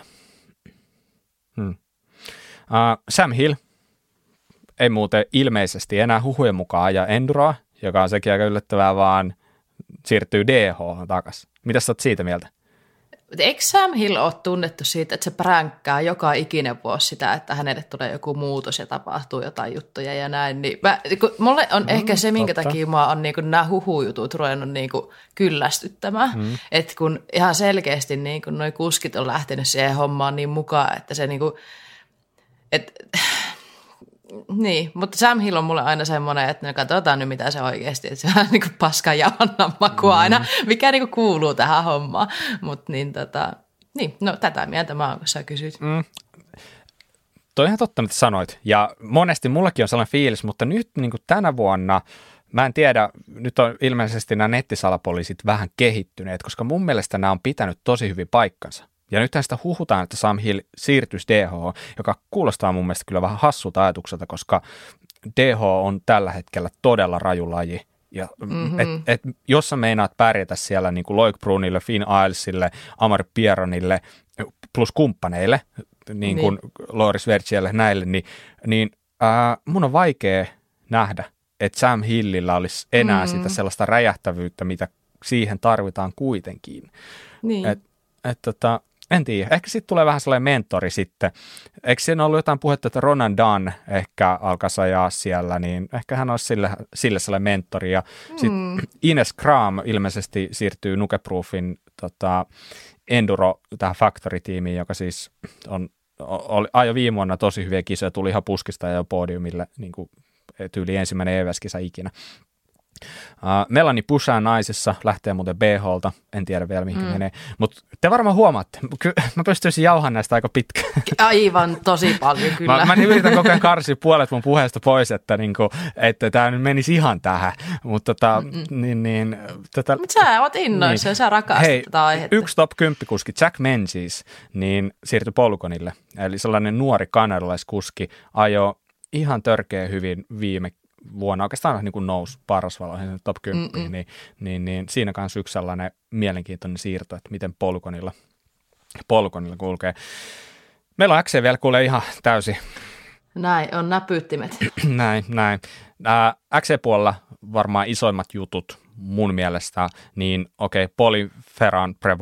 Hmm. Ää, Sam Hill ei muuten ilmeisesti enää huhujen mukaan aja enduroa, joka on sekin aika yllättävää, vaan siirtyy D H takaisin. Mitä sä oot siitä mieltä? Eikö Sam Hill ole tunnettu siitä, että se pränkkää joka ikinen vuosi sitä, että hänelle tulee joku muutos ja tapahtuu jotain juttuja ja näin. Niin mä, mulle on mm, ehkä se, minkä totta. takia mä oon niin nämä huhujutut ruvennut niin kyllästyttämään. Mm. Että kun ihan selkeästi niin noi kuskit on lähtenyt siihen hommaan niin mukaan, että se niin kuin, että niin, mutta Sam Hill on mulle aina semmoinen, että no katsotaan nyt mitä se oikeasti, että se on niin kuin paskan jauhannan maku aina, mm. mikä niin kuin kuuluu tähän hommaan. Mutta niin tota, niin, no tätä mieltä mä oon, kun sä kysyt. Mm. Toi ihan totta, mitä sanoit. Ja monesti mullakin on sellainen fiilis, mutta nyt niin kuin tänä vuonna, mä en tiedä, nyt on ilmeisesti nämä nettisalapoliisit vähän kehittyneet, koska mun mielestä nämä on pitänyt tosi hyvin paikkansa. Ja nythän sitä huhutaan, että Sam Hill siirtyisi D H, joka kuulostaa mun mielestä kyllä vähän hassulta ajatukselta, koska D H on tällä hetkellä todella raju laji. Ja mm-hmm. et, et, jos sä meinaat pärjätä siellä niin kuin Loic Brunille, Finn Ailesille, Amari Pierronille plus kumppaneille, niin kuin niin. Loris Vergielle näille, niin, niin äh, mun on vaikea nähdä, että Sam Hillillä olisi enää mm-hmm. sitä sellaista räjähtävyyttä, mitä siihen tarvitaan kuitenkin. Niin. Et, et, tota, en tiedä. Ehkä sitten tulee vähän sellainen mentori sitten. Eikö siinä ollut jotain puhetta, että Ronan Dunn ehkä alkaisi ajaa siellä, niin ehkä hän olisi sille, sille sellainen mentori. Ja mm. sitten Ines Kram ilmeisesti siirtyy Nukeproofin tota, Enduro tähän Factory-tiimiin, joka siis on, oli, ajoi viime vuonna tosi hyviä kisoja, tuli ihan puskista ja podiumille niin kuin tyyli ensimmäinen E V S-kisa ikinä. Uh, Melanie Pushan naisessa lähtee muuten B H:lta, en tiedä vielä mihin mm. menee, mutta te varmaan huomaatte, ky- mä pystyisin jauhan näistä aika pitkään. Aivan, tosi paljon kyllä. Mä, mä yritän koko ajan karsia puolet mun puheesta pois, että, niinku, että tämä nyt menisi ihan tähän, mutta tota, niin, niin, tätä... Mut sä oot innoissa niin. ja sä rakastat Hei, tätä aihetta. Yksi top kymmenen kuski, Jack Menzies, niin siirtyi Polkonille, eli sellainen nuori kanadalaiskuski ajoi ihan törkeä hyvin viime vuonna oikeastaan niin kuin nousi parasvaloihin top kymmenen, niin, niin, niin siinä kanssa yksi sellainen mielenkiintoinen siirto, että miten Polkonilla, Polkonilla kulkee. Meillä on X C vielä kuulee ihan täysin. Näin, on näpyyttimet. näin, näin. Ää, X C-puolella varmaan isoimmat jutut mun mielestä, niin okei, okay, Poli Ferran Prevost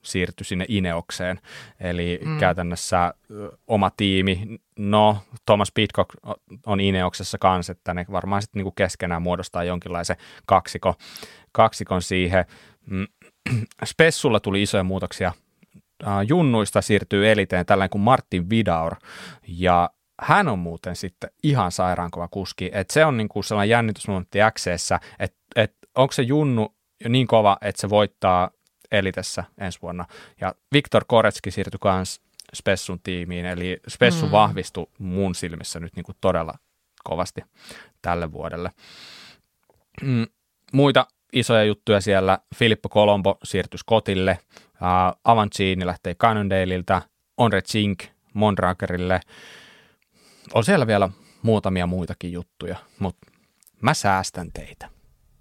siirtyi sinne Ineokseen, eli mm. käytännössä oma tiimi, no Thomas Pidcock on Ineoksessa kanssa, että ne varmaan sitten niinku keskenään muodostaa jonkinlaisen kaksikon, kaksikon siihen. Spessulla tuli isoja muutoksia, junnuista siirtyy eliteen tällainen kuin Martin Vidaur, ja hän on muuten sitten ihan sairaankova kuski, että se on niinku sellainen jännitysmomentti X:ssä, että et onko se junnu niin kova, että se voittaa elitessä ensi vuonna. Ja Viktor Koretski siirtyi myös Spessun tiimiin, eli Spessu mm. vahvistui mun silmissä nyt niinku todella kovasti tälle vuodelle. Mm, muita isoja juttuja siellä, Filippo Colombo siirtyi Scottille, uh, Avancini lähtee Cannondaleilta, Onre Zink Mondragerille. On siellä vielä muutamia muitakin juttuja, mutta mä säästän teitä.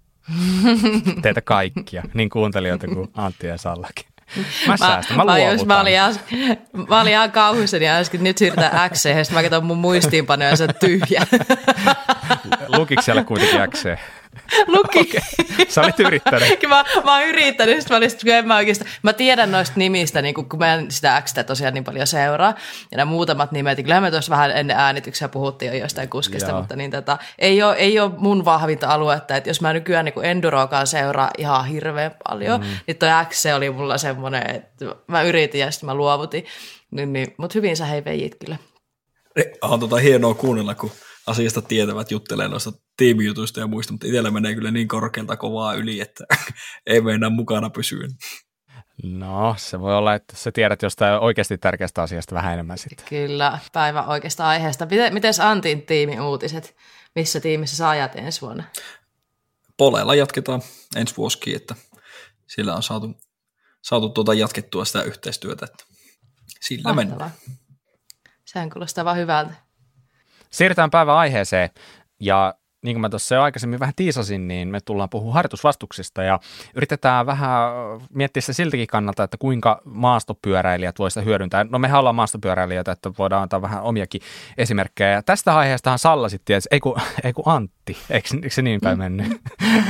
Teitä kaikkia, niin kuuntelijoita kuin Antti ja Sallakin. Mä säästän, mä, mä luovutan. Mä olin, ihan, mä olin ihan kauhuissani äsken, nyt siirrytään X:een, ja sitten mä katson mun muistiinpanoja ja se on tyhjä. Lukiko siellä kuitenkin X:een? Luki. Okay. Sä olit yrittänyt. mä, mä oon yrittänyt, sitten mä olin, kun en mä oikeastaan, mä tiedän noista nimistä, niin kun mä en sitä X:tä tosiaan niin paljon seuraa, ja nämä muutamat nimet, ja kyllähän me tuossa vähän ennen äänityksiä puhuttiin jo jostain kuskista, Joo. mutta niin tota, ei, ole, ei ole mun vahvinta aluetta, että jos mä nykyään niin Enduroakaan seuraa ihan hirveän paljon, mm. niin toi X oli mulla semmoinen, että mä yritin ja sitten mä luovutin, niin, niin, mutta hyvin sä hei veijit kyllä. On tota hienoa kuunnella, kun asiasta tietävät juttelee noista tiimijutuista ja muista, mutta itsellä menee kyllä niin korkealta kovaa yli, että ei meinaa mukana pysyä. No, se voi olla, että sä tiedät jostain oikeasti tärkeästä asiasta vähän enemmän sitten. Kyllä, päivän oikeasta aiheesta. Miten, mites Antin tiimi uutiset? Missä tiimissä sä ajat ensi vuonna? Poleella jatketaan ensi vuosikin, että sillä on saatu, saatu tuota jatkettua sitä yhteistyötä, että sillä mennään. Sehän kuulostaa vaan hyvältä. Siirrytään päivän aiheeseen, ja niin kuin mä tuossa jo aikaisemmin vähän tiisasin, niin me tullaan puhumaan harjoitusvastuksista, ja yritetään vähän miettiä se siltäkin kannalta, että kuinka maastopyöräilijät voi sitä hyödyntää. No mehän ollaan maastopyöräilijöitä, että voidaan antaa vähän omiakin esimerkkejä, ja tästä aiheestahan Salla sitten tiesi, ei kun, ei kun Antti, eikö, eikö se niin päin mennyt?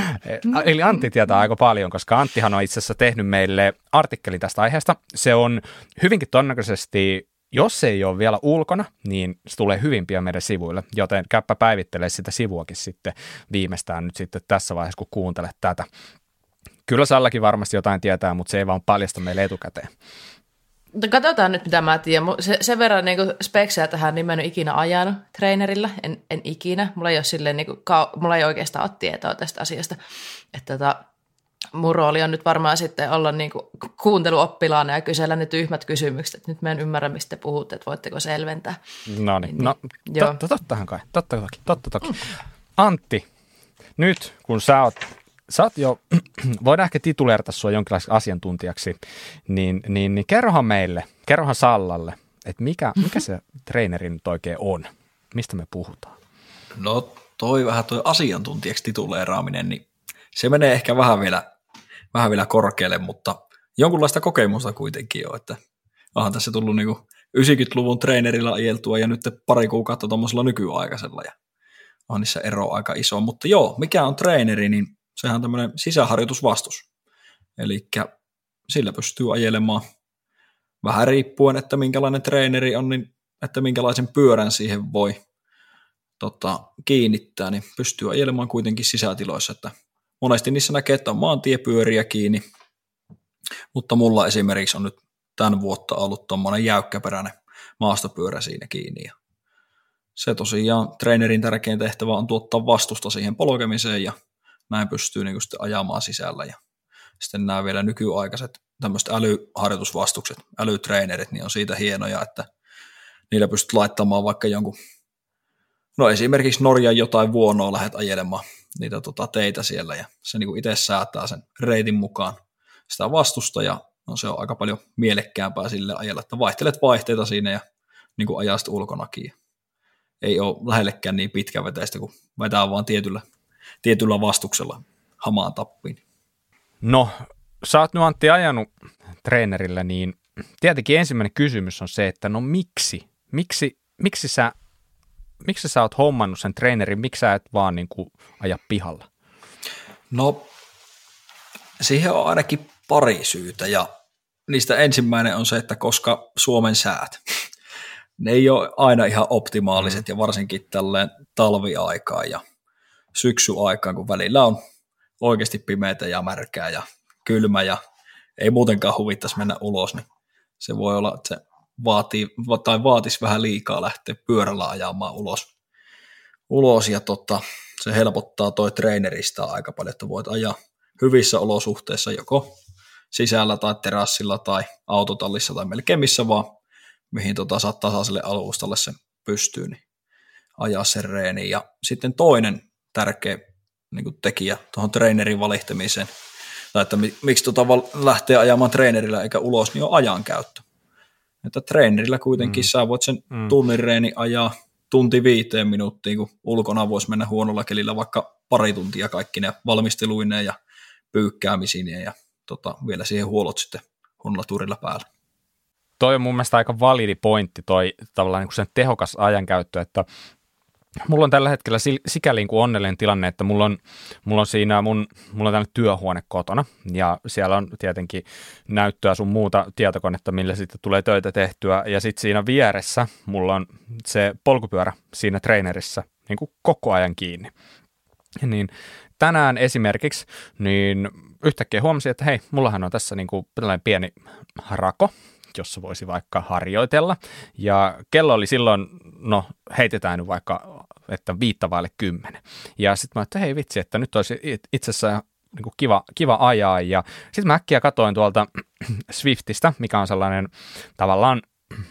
Eli Antti tietää aika paljon, koska Anttihan on itse asiassa tehnyt meille artikkelin tästä aiheesta. Se on hyvinkin todennäköisesti, jos se ei ole vielä ulkona, niin se tulee hyvin pian meidän sivuille, joten käyppä päivittelee sitä sivuakin sitten viimeistään nyt sitten tässä vaiheessa, kun kuuntelet tätä. Kyllä Sallakin varmasti jotain tietää, mutta se ei vaan paljasta meille etukäteen. Mutta katsotaan nyt, mitä mä tiedän. Se, sen verran niin speksejä tähän, niin mä en ole ikinä ajanut treenerillä, en, en ikinä. Mulla ei, ole silleen, niin kuin, mulla ei oikeastaan ole tietoa tästä asiasta. Että tota, mun rooli on nyt varmaan sitten olla niin kuin kuunteluoppilaana ja kysellä ne tyhmät kysymykset, että nyt mä en ymmärrä, mistä te puhutte, että voitteko selventää. No niin, no totta, tottahan kai, totta toki, totta toki. Mm. Antti, nyt kun sä oot, sä oot jo, voidaan ehkä tituleerata sua jonkinlaiseksi asiantuntijaksi, niin, niin, niin kerrohan meille, kerrohan Sallalle, että mikä, mikä se treeneri nyt oikein on, mistä me puhutaan? No toi vähän toi asiantuntijaksi tituleeraaminen, niin se menee ehkä vähän vielä, vähän vielä korkealle, mutta jonkunlaista kokemusta kuitenkin on, että onhan tässä tullut niinku yhdeksänkymmentäluvun treenerillä ajeltua ja nyt pari kuukautta tuommoisella nykyaikaisella ja on niissä ero aika iso, mutta joo, mikä on treeneri, niin sehän on tämmöinen sisäharjoitusvastus, eli sillä pystyy ajelemaan vähän riippuen, että minkälainen treeneri on, niin että minkälaisen pyörän siihen voi tota, kiinnittää, niin pystyy ajelemaan kuitenkin sisätiloissa, että monesti niissä näkee, että on maantiepyöriä kiinni, mutta mulla esimerkiksi on nyt tämän vuotta ollut tuommoinen jäykkäperäinen maastopyörä siinä kiinni. Ja se tosiaan treenerin tärkein tehtävä on tuottaa vastusta siihen polkemiseen ja näin pystyy niin sitten ajamaan sisällä. Ja sitten nämä vielä nykyaikaiset tämmöiset älyharjoitusvastukset, älytreenerit, niin on siitä hienoja, että niillä pystyt laittamaan vaikka jonkun, no esimerkiksi Norjan jotain vuonoa lähdet ajelemaan niitä tota, teitä siellä ja se niin itse säätää sen reitin mukaan sitä vastusta ja no, se on aika paljon mielekkäämpää sille ajella, että vaihtelet vaihteita siinä ja niin kuin ajaa sitä ulkonakin. Ei ole lähellekään niin pitkäveteistä, kun vetää vaan tietyllä, tietyllä vastuksella hamaan tappiin. No, sä oot nyt Antti ajanut treenerillä, niin tietenkin ensimmäinen kysymys on se, että no miksi? Miksi, miksi sä Miksi sä oot hommannut sen treenerin, miksi sä et vaan niin kuin aja pihalla? No, siihen on ainakin pari syytä ja niistä ensimmäinen on se, että koska Suomen säät, ne ei ole aina ihan optimaaliset mm. ja varsinkin tälleen talviaikaan ja syksyaikaan, kun välillä on oikeasti pimeätä ja märkää ja kylmä ja ei muutenkaan huvittaisi mennä ulos, niin se voi olla, että se vaatii, tai vaatisi vähän liikaa lähteä pyörällä ajamaan ulos. ulos ja tota, se helpottaa toi treeneristä aika paljon, että voit ajaa hyvissä olosuhteissa joko sisällä tai terassilla tai autotallissa tai melkein missä vaan, mihin tota saat tasaiselle alustalle sen pystyy, niin ajaa sen reeniin. Ja sitten toinen tärkeä niin kuin tekijä tuohon treenerin valittamiseen, tai että miksi tota lähtee ajamaan treenerillä eikä ulos, niin on ajankäyttö. Että treenerillä kuitenkin mm. sä voit sen mm. tunnin reeni ajaa tunti viiteen minuuttiin, kun ulkona voisi mennä huonolla kelillä vaikka pari tuntia kaikki ne valmisteluineen ja pyykkäämisineen ja tota, vielä siihen huolot sitten huonolla turilla päällä. Toi on mun mielestä aika validi pointti, toi tavallaan niin kuin sen tehokas ajankäyttö, että mulla on tällä hetkellä sikäli kuin onnellinen tilanne, että mulla on, mulla on siinä mun, mulla on tällainen työhuone kotona ja siellä on tietenkin näyttöä sun muuta tietokonetta, millä sitten tulee töitä tehtyä ja sitten siinä vieressä mulla on se polkupyörä siinä treenerissä niin kuin koko ajan kiinni. Niin tänään esimerkiksi niin yhtäkkiä huomasin, että hei, mullahan on tässä niin kuin tällainen pieni rako, jossa voisi vaikka harjoitella. Ja kello oli silloin, no heitetään nyt vaikka, että viittä vaille kymmenen. Ja sitten mä että hei vitsi, että nyt olisi itse asiassa niin kuin kiva, kiva ajaa. Ja sitten mä äkkiä katsoin tuolta Swiftistä, mikä on sellainen tavallaan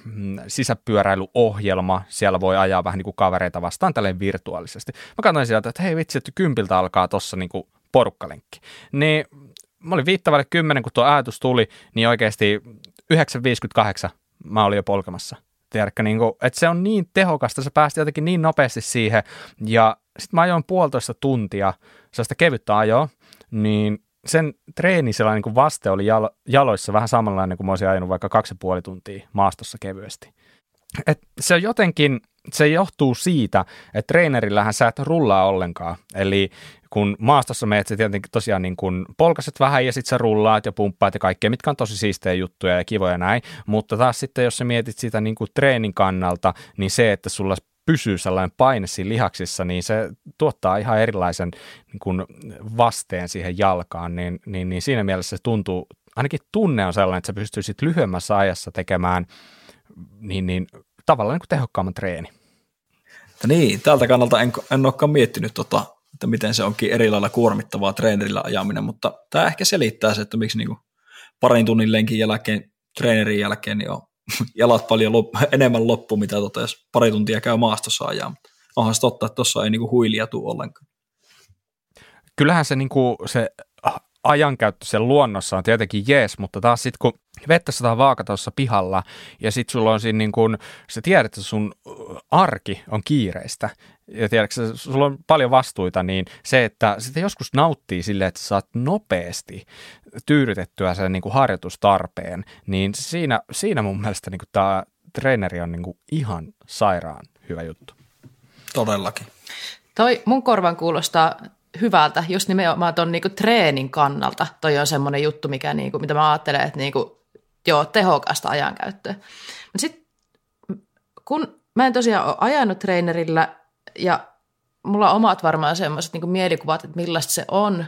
sisäpyöräilyohjelma. Siellä voi ajaa vähän niin kuin kavereita vastaan tälleen virtuaalisesti. Mä katsoin sieltä, että hei vitsi, että kympiltä alkaa tuossa niin kuin porukkalenkki. Niin mä olin viittä vaille kymmenen, kun tuo ajatus tuli, niin oikeasti yhdeksän viisikymmentäkahdeksan mä olin jo polkemassa. Tiedätkö, niin kuin, että se on niin tehokasta, se päästi jotenkin niin nopeasti siihen. Ja sitten mä ajoin puolitoista tuntia sellaista kevyttä ajoa, niin sen treeni sellainen niin vaste oli jalo, jaloissa vähän samanlainen kuin mä olisin ajanut vaikka kaksi ja puoli tuntia maastossa kevyesti. Et se on jotenkin, se johtuu siitä, että treenerillähän sä et rullaa ollenkaan. Eli kun maastossa meet, sä tietenkin tosiaan niin kun polkaset vähän ja sitten sä rullaat ja pumppaat ja kaikkea, mitkä on tosi siistejä juttuja ja kivoja näin. Mutta taas sitten, jos sä mietit sitä niin kuin treenin kannalta, niin se, että sulla pysyy sellainen paine siinä lihaksissa, niin se tuottaa ihan erilaisen niin kuin vasteen siihen jalkaan. Niin, niin, niin siinä mielessä se tuntuu, ainakin tunne on sellainen, että sä pystyisit lyhyemmässä ajassa tekemään niin, niin tavallaan niin kuin tehokkaamman treeni. Niin, tältä kannalta en, en olekaan miettinyt, tota, että miten se onkin eri lailla kuormittavaa treenerillä ajaminen, mutta tämä ehkä selittää se, että miksi niin kuin parin tunnin lenkin jälkeen, treenerin jälkeen, niin on jalat paljon lop- enemmän loppu, mitä tota, jos pari tuntia käy maastossa ajaa. Mutta onhan se totta, että tuossa ei niin kuin huilia tule ollenkaan. Kyllähän se, niin kuin, se ajankäyttö sen luonnossa on tietenkin jees, mutta taas sitten kun vettä sataa vaakata tuossa pihalla ja sitten sulla on siinä niin kuin, sä tiedät, että sun arki on kiireistä ja tiedätkö, sulla on paljon vastuita, niin se, että sitä joskus nauttii silleen, että sä saat nopeasti tyydytettyä sen niin kuin harjoitustarpeen, niin siinä, siinä mun mielestä niin kuin tämä treeneri on niin kuin ihan sairaan hyvä juttu. Todellakin. Toi mun korvan kuulostaa hyvältä, just nimenomaan tuon niinku treenin kannalta. Toi on semmoinen juttu, mikä niinku, mitä mä ajattelen, että niinku, joo, tehokasta ajankäyttöä. Mutta sitten kun mä en tosiaan ole ajanut treenerillä ja mulla on omat varmaan semmoiset niinku mielikuvat, että millaista se on.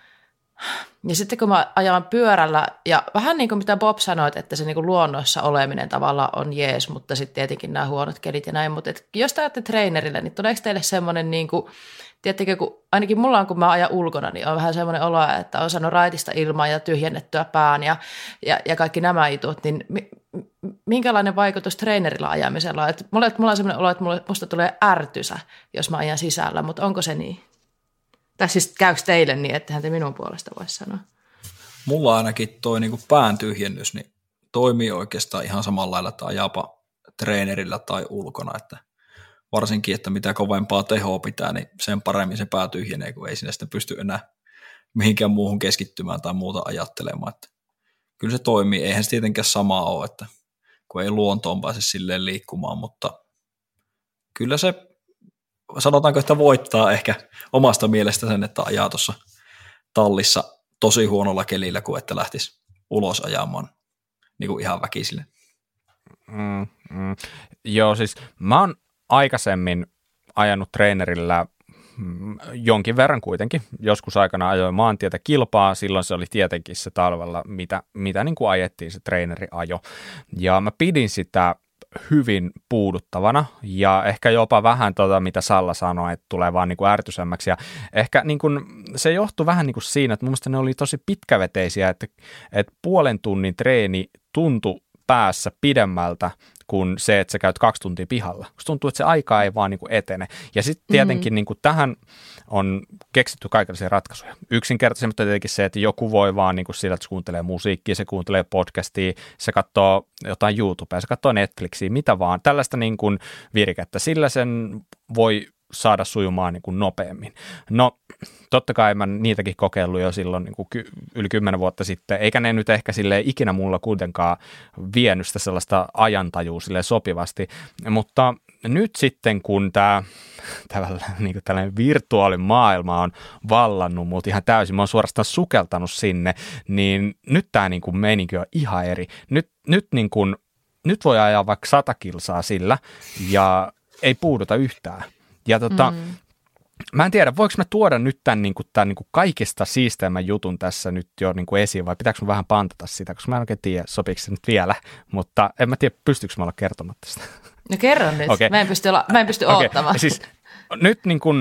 Ja sitten kun mä ajan pyörällä, ja vähän niin kuin mitä Bob sanoit, että se niinku luonnossa oleminen tavallaan on jees, mutta sitten tietenkin nämä huonot kelit ja näin. Mutta jos te ajatte treenerillä, niin tuleeko teille semmoinen niinku, tiedättekö, kun ainakin mulla on, kun mä ajan ulkona, niin on vähän semmoinen olo, että on saanut raitista ilmaa ja tyhjennettyä pään ja, ja, ja kaikki nämä jutut, niin mi, minkälainen vaikutus treenerillä ajamisella on? Että mulla, mulla on semmoinen olo, että mulla, musta tulee ärtysä, jos mä ajan sisällä, mutta onko se niin? Tai siis käykö teille niin, ettehän te minun puolesta voisi sanoa? Mulla ainakin toi niin kuin pään tyhjennys niin toimii oikeastaan ihan samalla lailla, että ajapa treenerillä tai ulkona, että varsinkin, että mitä kovempaa tehoa pitää, niin sen paremmin se pää tyhjenee, kun ei sinne sitten pysty enää mihinkään muuhun keskittymään tai muuta ajattelemaan. Että kyllä se toimii, eihän se tietenkään samaa ole, että kun ei luontoon pääse silleen liikkumaan, mutta kyllä se, sanotaanko, että voittaa ehkä omasta mielestä sen, että ajaa tuossa tallissa tosi huonolla kelillä, kuin että lähtisi ulos ajamaan. niin kuin ihan väkisille. Mm, mm. Joo, siis mä oon aikaisemmin ajanut treenerillä mm, jonkin verran kuitenkin. Joskus aikana ajoin maantietä kilpaa, silloin se oli tietenkin se talvella, mitä, mitä niin kuin ajettiin se treeneri ajo. Ja mä pidin sitä hyvin puuduttavana ja ehkä jopa vähän tota, mitä Salla sanoi, että tulee vaan niin kuin ärtysemmäksi. Ja ehkä niin kuin, se johtui vähän niin kuin siinä, että mun mielestä ne oli tosi pitkäveteisiä, että, että puolen tunnin treeni tuntui päässä pidemmältä kuin se, että sä käyt kaksi tuntia pihalla. Kun tuntuu, että se aika ei vaan niin kuin etene. Ja sitten tietenkin mm-hmm. niin kuin tähän on keksitty kaikenlaisia ratkaisuja. Yksinkertaisemmin on tietenkin se, että joku voi vaan niin kuin sillä, että se kuuntelee musiikkia, se kuuntelee podcastia, se katsoo jotain YouTubea, se katsoo Netflixiä, mitä vaan. Tällaista niin kuin virkettä. Sillä sen voi saada sujumaan niin kuin nopeammin. No, totta kai mä niitäkin kokeillut jo silloin niin kuin ky- yli kymmenen vuotta sitten, eikä ne nyt ehkä silleen ikinä mulla kuitenkaan vienyt sitä sellaista ajantajua silleen sopivasti, mutta nyt sitten kun tämä niin tällainen virtuaalimaailma on vallannut mut ihan täysin, mä oon suorastaan sukeltanut sinne, niin nyt tämä niin kuin meininki on ihan eri. Nyt, nyt, niin kuin, nyt voi ajaa vaikka sata kilsaa sillä ja ei puuduta yhtään. Ja tota, mm. mä en tiedä, voiko mä tuoda nyt tämän, niin kuin, tämän niin kuin kaikista siisteimmän jutun tässä nyt jo niin kuin esiin, vai pitääkö mä vähän pantata sitä, koska mä en oikein tiedä, sopiiko se nyt vielä, mutta en mä tiedä, pystyykö mä olla kertomatta sitä. No kerron nyt, okay. mä en pysty, olla, mä en pysty okay. oottamaan. Siis nyt niin kuin,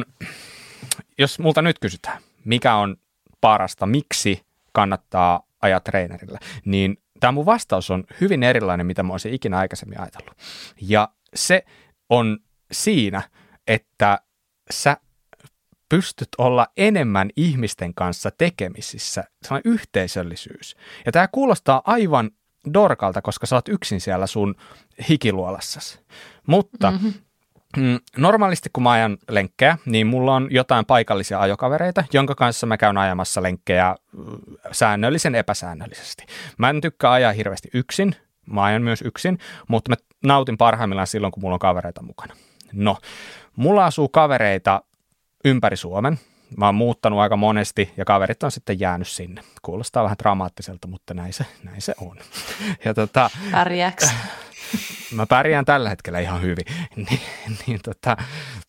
jos multa nyt kysytään, mikä on parasta, miksi kannattaa ajaa treenerillä, niin tämä mun vastaus on hyvin erilainen, mitä mä olisin ikinä aikaisemmin ajatellut. Ja se on siinä, että sä pystyt olla enemmän ihmisten kanssa tekemisissä, sellainen yhteisöllisyys. Ja tämä kuulostaa aivan dorkalta, koska sä oot yksin siellä sun hikiluolassasi. Mutta mm-hmm. mm, normaalisti kun mä ajan lenkkejä, niin mulla on jotain paikallisia ajokavereita, jonka kanssa mä käyn ajamassa lenkkejä säännöllisen epäsäännöllisesti. Mä en tykkää ajaa hirveästi yksin, mä ajan myös yksin, mutta mä nautin parhaimmillaan silloin, kun mulla on kavereita mukana. No, mulla asuu kavereita ympäri Suomen. Mä oon muuttanut aika monesti ja kaverit on sitten jäänyt sinne. Kuulostaa vähän dramaattiselta, mutta näin se, näin se on. Ja tota, Pärjääks? Mä pärjään tällä hetkellä ihan hyvin. Niin, niin, tota,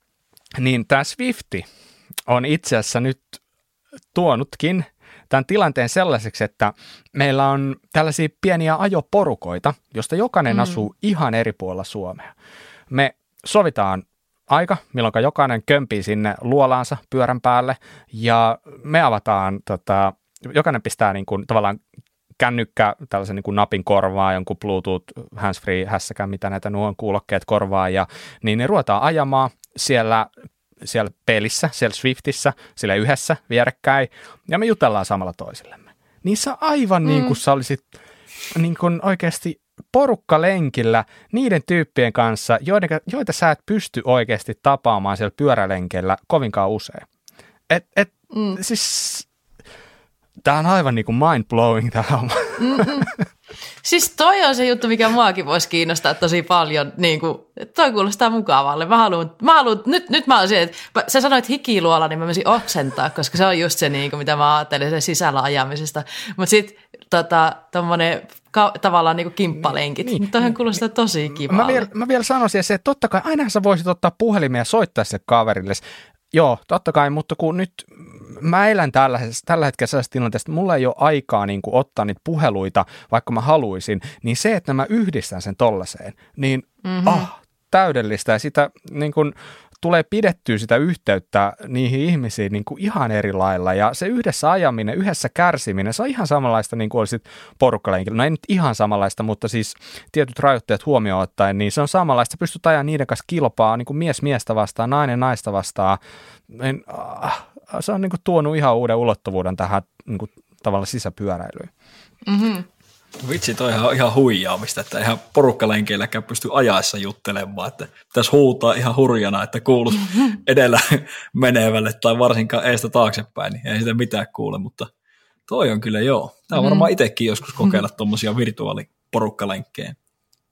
niin tämä Swifti on itse asiassa nyt tuonutkin tämän tilanteen sellaiseksi, että meillä on tällaisia pieniä ajoporukoita, josta jokainen mm. asuu ihan eri puolella Suomea. Me sovitaan aika, milloin jokainen kömpii sinne luolaansa pyörän päälle ja me avataan, tota, jokainen pistää niin kuin, tavallaan kännykkä tällaisen niin kuin napin korvaa, jonkun Bluetooth, handsfree, hässäkään, mitä näitä nuo kuulokkeet korvaa ja niin ne ruvetaan ajamaan siellä, siellä pelissä, siellä Swiftissä, siellä yhdessä vierekkäin ja me jutellaan samalla toisillemme. Niin sä aivan mm. niin kuin sä olisit niin kuin oikeasti porukkalenkillä niiden tyyppien kanssa, joiden, joita sä et pysty oikeasti tapaamaan siellä pyörälenkellä kovinkaan usein. Et, et, mm. siis, tää on aivan niin kuin mind-blowing tää homma. Siis toi on se juttu, mikä muakin voisi kiinnostaa tosi paljon. Niin kuin, toi kuulostaa mukavalle. Mä haluan, mä haluan, nyt, nyt mä olisin, että sä sanoit hikiluola, niin mä menisin oksentaa, koska se on just se, niin kuin, mitä mä ajattelin sen sisällä ajamisesta. Mutta sitten tota, tommonen ka- tavallaan niin kuin kimppalenkit, niin, niin toihan kuulostaa tosi kivalle. Mä vielä, mä vielä sanoisin se, että totta kai ainahan sä voisit ottaa puhelimia ja soittaa sille kaverille. Joo, totta kai, mutta kun nyt mä elän tällä, tällä hetkellä sellaisessa tilanteessa, että mulla ei ole aikaa niin kuin ottaa niitä puheluita, vaikka mä haluaisin, niin se, että mä yhdistän sen tollaseen, niin mm-hmm. ah, täydellistä ja sitä niin kuin tulee pidettyä sitä yhteyttä niihin ihmisiin niin kuin ihan eri lailla ja se yhdessä ajaminen, yhdessä kärsiminen, se on ihan samanlaista niin kuin olisit porukkalenkillä. No ei nyt ihan samanlaista, mutta siis tietyt rajoitteet huomioon ottaen, niin se on samanlaista. Sä pystyt ajamaan niiden kanssa kilpaa, niin kuin mies miestä vastaan, nainen naista vastaan. Niin, ah, se on niin kuin tuonut ihan uuden ulottuvuuden tähän niin kuin tavallaan sisäpyöräilyyn. Mm-hmm. Vitsi, toi on ihan huijaamista, että ihan porukkalenkeilläkään pysty ajaessa juttelemaan, että pitäisi huutaa ihan hurjana, että kuuluu edellä menevälle tai varsinkaan eestä taaksepäin, niin ei sitä mitään kuule, mutta toi on kyllä joo. Tämä on varmaan itsekin joskus kokeilla tuommoisia virtuaaliporukkalenkkejä.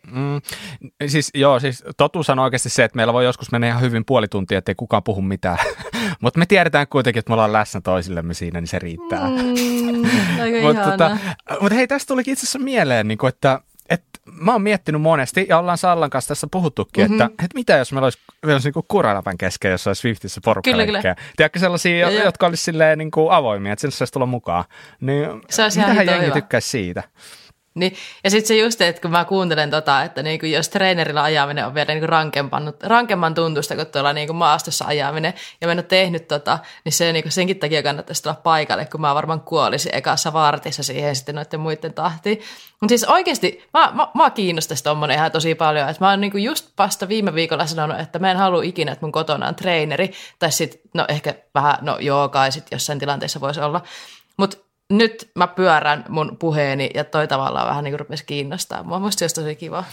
Mm, siis joo, siis totuus on oikeasti se, että meillä voi joskus mennä ihan hyvin puoli tuntia, ettei kukaan puhu mitään. Mutta me tiedetään kuitenkin, että me ollaan läsnä toisillemme siinä, niin se riittää. Mm, Mutta tota, mut hei, tästä tulikin itse asiassa mieleen, niin kun, että et mä oon miettinyt monesti, ja ollaan Sallan kanssa tässä puhuttukin, mm-hmm. että et mitä jos meillä olisi, meillä olisi niin kuraläpän kesken jossain Swiftissä porukkalenkkejä. Tiedätkö sellaisia, ja, ja. jotka olisi silleen niin kuin avoimia, että sinne saisi tulla mukaan. Niin mitähän jengi hyvä. Tykkäisi siitä? Niin, ja sitten se just, että kun mä kuuntelen tota, että niinku jos treenerillä ajaminen on vielä niinku rankemman, rankemman tuntusta kuin tuolla niinku maastossa ajaminen, ja mä en ole tehnyt tota, niin se niinku senkin takia kannattaisi tulla paikalle, kun mä varmaan kuolisin ekassa vartissa siihen sitten noiden muiden tahtiin. Mutta siis oikeasti, mä, mä, mä kiinnostaisi tommonen ihan tosi paljon, että mä oon niinku just vasta viime viikolla sanonut, että mä en halua ikinä, että mun kotona on treeneri, tai sitten, no ehkä vähän, no joo kai sitten jossain tilanteessa voisi olla, mutta nyt mä pyörän mun puheeni ja toi tavallaan vähän niin kuin rupesi kiinnostaa. Mua musta se olisi tosi kiva.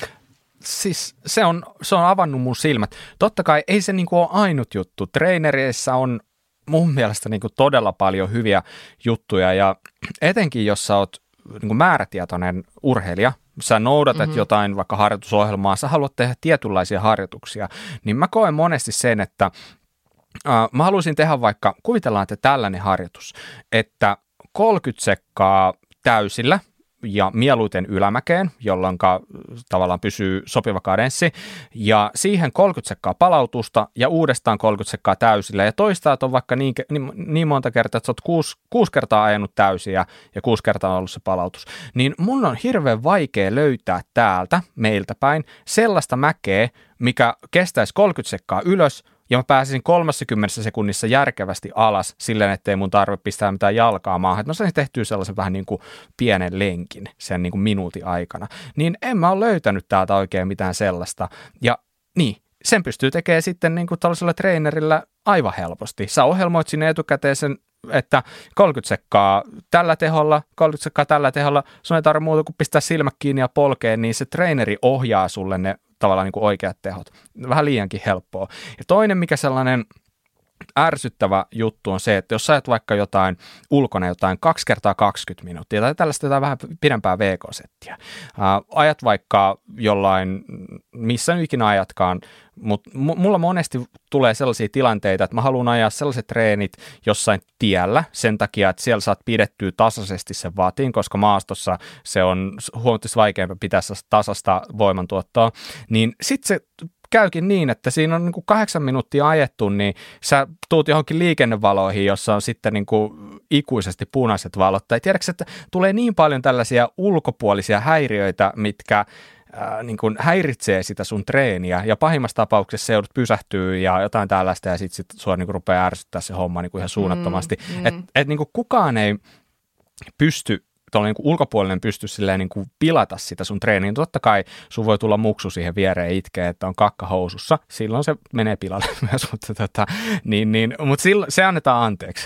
Siis se on, se on avannut mun silmät. Totta kai ei se niin kuin ole ainut juttu. Treenereissä on mun mielestä niin kuin todella paljon hyviä juttuja ja etenkin jos sä oot niin kuin määrätietoinen urheilija, sä noudatat mm-hmm. jotain vaikka harjoitusohjelmaa, sä haluat tehdä tietynlaisia harjoituksia, niin mä koen monesti sen, että äh, mä haluaisin tehdä vaikka, kuvitellaan, että tällainen harjoitus, että kolmekymmentä sekkaa täysillä ja mieluiten ylämäkeen, jolloin tavallaan pysyy sopiva kadenssi, ja siihen kolmekymmentä sekkaa palautusta ja uudestaan kolmekymmentä sekkaa täysillä, ja toistaat on vaikka niin, niin, niin monta kertaa, että sä oot kuusi, kuusi kertaa ajanut täysiä ja kuusi kertaa on ollut se palautus, niin mun on hirveän vaikea löytää täältä meiltä päin sellaista mäkeä, mikä kestäisi kolmekymmentä sekkaa ylös, ja mä pääsisin kolmekymmentä sekunnissa järkevästi alas silleen, ettei mun tarvitse pistää mitään jalkaa maahan. Että mä saisin tehtyä sellaisen vähän niin kuin pienen lenkin sen niin kuin minuutin aikana. Niin en mä ole löytänyt täältä oikein mitään sellaista. Ja niin, sen pystyy tekemään sitten niin kuin tällaisella treenerillä aivan helposti. Sä ohjelmoit sinne etukäteen sen, että kolmekymmentä sekkaa tällä teholla, kolmekymmentä sekkaa tällä teholla. Sun ei tarvitse muuta kuin pistää silmät kiinni ja polkea, niin se treeneri ohjaa sulle ne tavallaan niin kuin oikeat tehot. Vähän liiankin helppoa. Ja toinen, mikä sellainen ärsyttävä juttu on se, että jos sä ajat vaikka jotain ulkona jotain kaksi kertaa kaksikymmentä minuuttia tai tällaista jotain vähän pidempää V K-settiä. Ää, ajat vaikka jollain, missä nyt ikinä ajatkaan, mutta mulla monesti tulee sellaisia tilanteita, että mä haluan ajaa sellaiset treenit jossain tiellä sen takia, että siellä saat pidettyä tasaisesti sen vatiin, koska maastossa se on huomattavasti vaikeampi pitää tasasta voimantuottoa, niin sitten se käykin niin, että siinä on niin kuin kahdeksan minuuttia ajettu, niin sä tuut johonkin liikennevaloihin, jossa on sitten niin kuin ikuisesti punaiset valot. Tai tiedätkö, että tulee niin paljon tällaisia ulkopuolisia häiriöitä, mitkä ää, niin kuin häiritsee sitä sun treeniä, ja pahimmassa tapauksessa se joudut pysähtyä ja jotain tällaista, ja sitten sit sua niin kuin rupeaa ärsyttää se homma niin kuin ihan suunnattomasti. Mm, mm. Että et, niin kuin kukaan ei pysty tuolla niin kuin ulkopuolinen pystyy silleen niin kuin pilata sitä sun treeniin. Totta kai sun voi tulla muksu siihen viereen itkeä, että on kakka housussa. Silloin se menee pilalle myös, mutta, tota, niin, niin, mutta silloin, se annetaan anteeksi.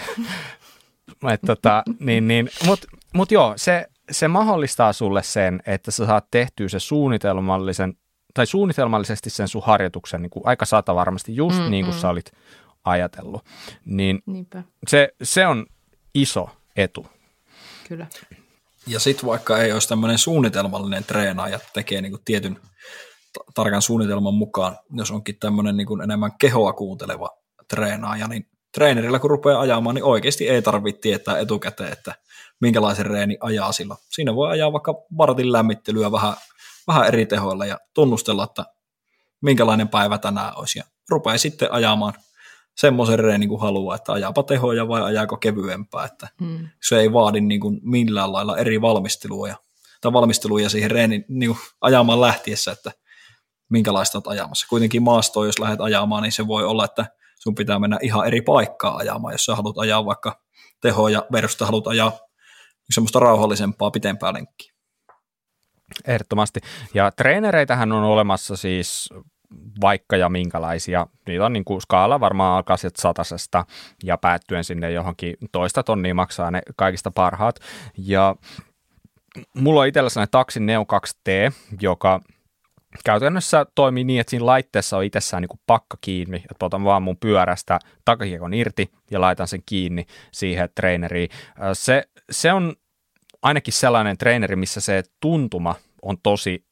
tota, niin, niin, mutta mut joo, se, se mahdollistaa sulle sen, että sä saat tehtyä se suunnitelmallisen, tai suunnitelmallisesti sen sun harjoituksen niin kuin aika sata varmasti just mm, niin kuin mm. sä olit ajatellut. Niin se, se on iso etu. Kyllä. Ja sitten vaikka ei olisi tämmöinen suunnitelmallinen treenaaja, tekee niin kuin tietyn t- tarkan suunnitelman mukaan, jos onkin tämmöinen niin kuin enemmän kehoa kuunteleva treenaaja, niin treenerillä kun rupeaa ajamaan, niin oikeasti ei tarvitse tietää etukäteen, että minkälaisen reeni ajaa sillä. Siinä voi ajaa vaikka vartin lämmittelyä vähän, vähän eri tehoilla ja tunnustella, että minkälainen päivä tänään olisi. Ja rupeaa sitten ajamaan semmoisen reenin kuin haluaa, että ajaapa tehoja vai ajaako kevyempää, että hmm. se ei vaadi niin kuin millään lailla eri valmistelua ja, tai valmisteluja siihen reenin niin kuin ajamaan lähtiessä, että minkälaista olet ajamassa. Kuitenkin maastoon, jos lähdet ajamaan, niin se voi olla, että sun pitää mennä ihan eri paikkaa ajamaan, jos sä haluat ajaa vaikka tehoja versus haluat ajaa semmoista rauhallisempaa, pitempää lenkkiä. Ehdottomasti. Ja treenereitähän on olemassa siis vaikka ja minkälaisia. Niitä on niin kuin skaala varmaan alkaa sieltä satasesta ja päättyen sinne johonkin toista tonnia maksaa ne kaikista parhaat. Ja mulla on itsellä sellainen Taxin Neo kaksi T, joka käytännössä toimii niin, että siinä laitteessa on itsessään niin kuin pakka kiinni, että otan vaan mun pyörästä takakiekon irti ja laitan sen kiinni siihen treeneriin. Se, se on ainakin sellainen treeneri, missä se tuntuma on tosi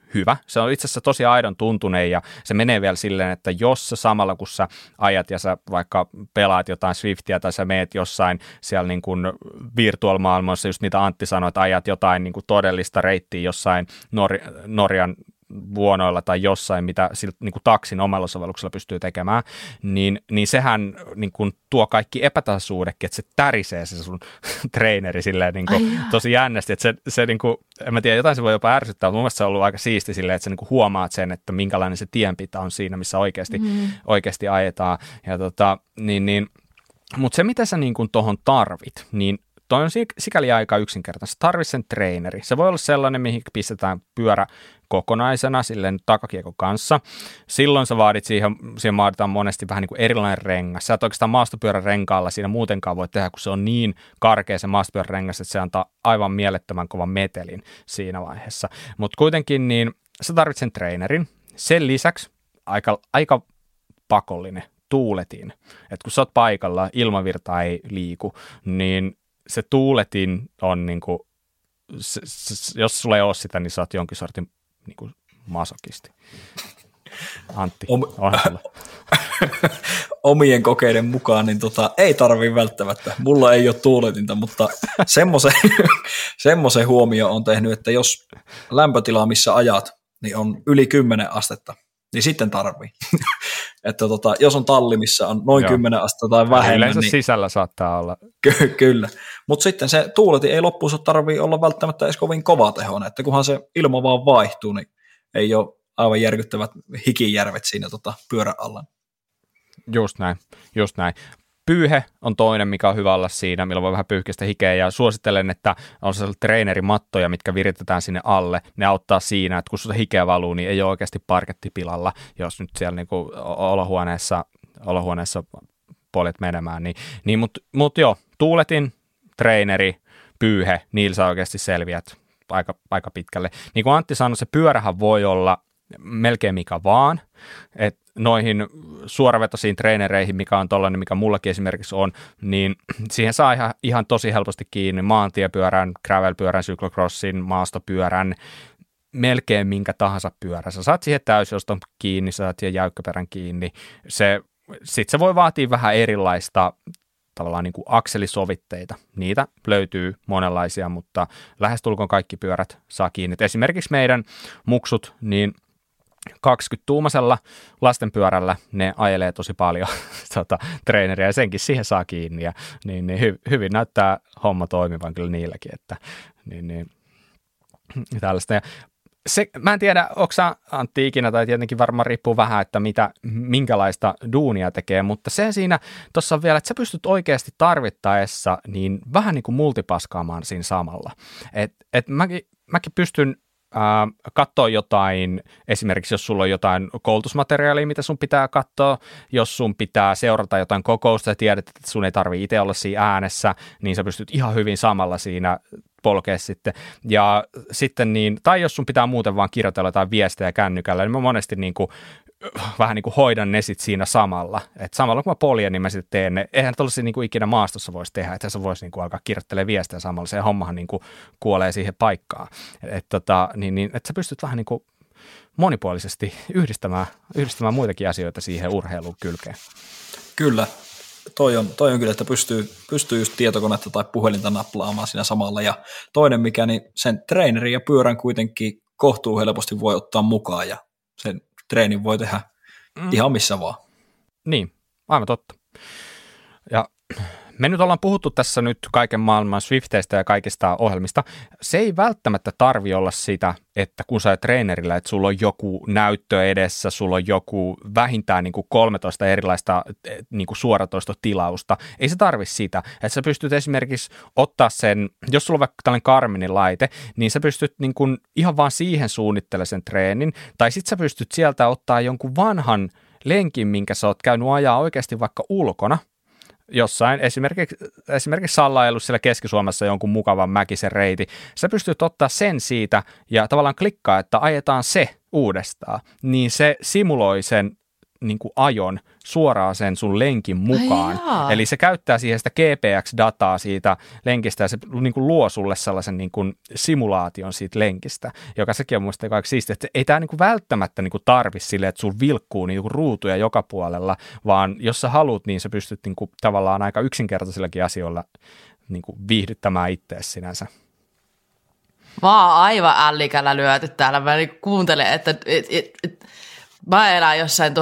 hyvä. Se on itse asiassa tosi aidon tuntunen ja se menee vielä silleen, että jos sä samalla kun sä ajat ja sä vaikka pelaat jotain Swiftiä tai sä meet jossain siellä niin kuin virtual-maailmassa, just mitä Antti sanoi, että ajat jotain niin kuin todellista reittiä jossain Nor- Norjan vuonoilla tai jossain, mitä siltä niin kuin taksin omalla sovelluksella pystyy tekemään, niin, niin sehän niin kuin tuo kaikki epätasaisuudekin, että se tärisee se sun treeneri silleen niin kuin tosi jännästi, että se, se niin kuin, en mä tiedä, jotain se voi jopa ärsyttää, mutta mun mielestä se on ollut aika siisti silleen, että sä niin kuin huomaat sen, että minkälainen se tienpito on siinä, missä oikeasti, mm. oikeasti ajetaan, ja tota, niin, niin, mutta se mitä sä niin kuin tohon tarvit, niin toi on sikäli aika yksinkertaisesti. Tarvitset sen treeneri. Se voi olla sellainen, mihin pistetään pyörä kokonaisena, silleen takakiekon kanssa. Silloin sä vaadit siihen, siihen vaaditaan monesti vähän niin kuin erilainen rengas. Sä et oikeastaan maastopyörän renkaalla siinä muutenkaan voi tehdä, kun se on niin karkea se maastopyörän rengas, että se antaa aivan mielettömän kovan metelin siinä vaiheessa. Mutta kuitenkin niin sä tarvitset sen treenerin. Sen lisäksi aika, aika pakollinen tuuletin. Että kun sä oot paikalla, ilmavirta ei liiku, niin se tuuletin on niinku, se, se, jos sulla ei ole sitä, niin sä oot jonkin sortin niinku masokisti. Antti, Om... onhan sulla. Omien kokeiden mukaan niin tota, ei tarvitse välttämättä. Mulla ei ole tuuletinta, mutta semmoisen, semmoisen huomio on tehnyt, että jos lämpötila, missä ajat, niin on yli kymmenen astetta, niin sitten tarvii. Että tota, jos on talli, missä on noin Joo. kymmenen astetta tai vähemmän. Yleensä niin sisällä saattaa olla. Ky- kyllä, mutta sitten se tuuletin ei loppuun tarvitse olla välttämättä edes kovin kovatehoinen, että kunhan se ilma vaan vaihtuu, niin ei ole aivan järkyttävät hikijärvet siinä tota, pyörän alla. Just näin, just näin. Pyyhe on toinen, mikä on hyvä olla siinä, millä voi vähän pyyhkeistä hikeä, ja suosittelen, että on sellaisia treenerimattoja, mitkä viritetään sinne alle. Ne auttaa siinä, että kun se hikeä valuu, niin ei ole oikeasti parkettipilalla, jos nyt siellä niinku olohuoneessa, olohuoneessa poljet menemään. Niin, niin, Mutta mut joo, tuuletin, treeneri, pyyhe, niillä sä oikeasti selviät aika, aika pitkälle. Niin kuin Antti sanoi, se pyörähän voi olla melkein mikä vaan, että noihin suoravetoisiin treenereihin, mikä on tollainen, mikä mullakin esimerkiksi on, niin siihen saa ihan, ihan tosi helposti kiinni maantiepyörän, gravelpyörän, cyclocrossin, maastopyörän, melkein minkä tahansa pyörä. Sä saat siihen täysjoston kiinni, sä saat siihen jäykkäperän kiinni. Se, sit se voi vaatia vähän erilaista tavallaan niin kuin akselisovitteita. Niitä löytyy monenlaisia, mutta lähestulkoon kaikki pyörät saa kiinni. Et esimerkiksi meidän muksut, niin kaksikymmentä-tuumaisella lastenpyörällä ne ajelee tosi paljon tota, treeneriä ja senkin siihen saa kiinni. Ja, niin, niin hy, hyvin näyttää homma toimivan kyllä niilläkin. Että, niin, niin, tällaista. Ja se, mä en tiedä, onko sä Antti ikinä, tai tietenkin varmaan riippuu vähän, että mitä, minkälaista duunia tekee, mutta se siinä tuossa on vielä, että sä pystyt oikeasti tarvittaessa niin vähän niin kuin multipaskaamaan siinä samalla. Et, et mäkin, mäkin pystyn Äh, katsoa jotain, esimerkiksi jos sulla on jotain koulutusmateriaalia, mitä sun pitää katsoa, jos sun pitää seurata jotain kokousta ja tiedät, että sun ei tarvitse itse olla siinä äänessä, niin sä pystyt ihan hyvin samalla siinä polkea sitten. Ja sitten niin, tai jos sun pitää muuten vaan kirjoitella jotain viestejä kännykällä, niin mä monesti niin kuin vähän niin kuin hoidan ne sit siinä samalla. Et samalla kun mä poljen, niin mä sitten teen ne. Eihän tuollaisia niin kuin ikinä maastossa voisi tehdä, että se voisi niin kuin alkaa kirjoittelemaan viestejä samalla. Se hommahan niin kuin kuolee siihen paikkaan. Että tota, niin, niin, et sä pystyt vähän niin kuin monipuolisesti yhdistämään, yhdistämään muitakin asioita siihen urheiluun kylkeen. Kyllä. Toi on, toi on kyllä, että pystyy, pystyy just tietokonetta tai puhelinta naplaamaan siinä samalla. Ja toinen mikä, niin sen treenerin ja pyörän kuitenkin kohtuu helposti voi ottaa mukaan ja sen treenin voi tehdä mm. ihan missä vaan. Niin, aivan totta. Ja me nyt ollaan puhuttu tässä nyt kaiken maailman Swifteistä ja kaikista ohjelmista. Se ei välttämättä tarvi olla sitä, että kun sä oot treenerillä, että sulla on joku näyttö edessä, sulla on joku vähintään niin kuin kolmetoista erilaista niin kuin suoratoistotilausta. Ei se tarvi sitä, että sä pystyt esimerkiksi ottaa sen, jos sulla on vaikka tällainen Garminin laite, niin sä pystyt niin kuin ihan vaan siihen suunnittelemaan sen treenin, tai sit sä pystyt sieltä ottaa jonkun vanhan lenkin, minkä sä oot käynyt ajaa oikeasti vaikka ulkona, jossain, esimerkiksi, esimerkiksi Salla ei ollut siellä Keski-Suomessa jonkun mukavan mäkisen reiti, sä pystyt ottaa sen siitä ja tavallaan klikkaa, että ajetaan se uudestaan, niin se simuloi sen niin kuin ajon suoraan sen sun lenkin mukaan. Ai Eli se käyttää siihen sitä G P X-dataa siitä lenkistä ja se niin kuin luo sulle sellaisen niin kuin simulaation siitä lenkistä, joka sekin on muista kaikki siistiä, että ei tämä niin kuin välttämättä niin kuin tarvi silleen, että sun vilkkuu niin kuin ruutuja joka puolella, vaan jos sä haluat, niin sä pystyt niin kuin tavallaan aika yksinkertaisillakin asioilla niin kuin viihdyttämään itseäsi sinänsä. Mä oon aivan ällikällä lyöty täällä. Mä niin kuuntelen, että et, et, et, mä elän jossain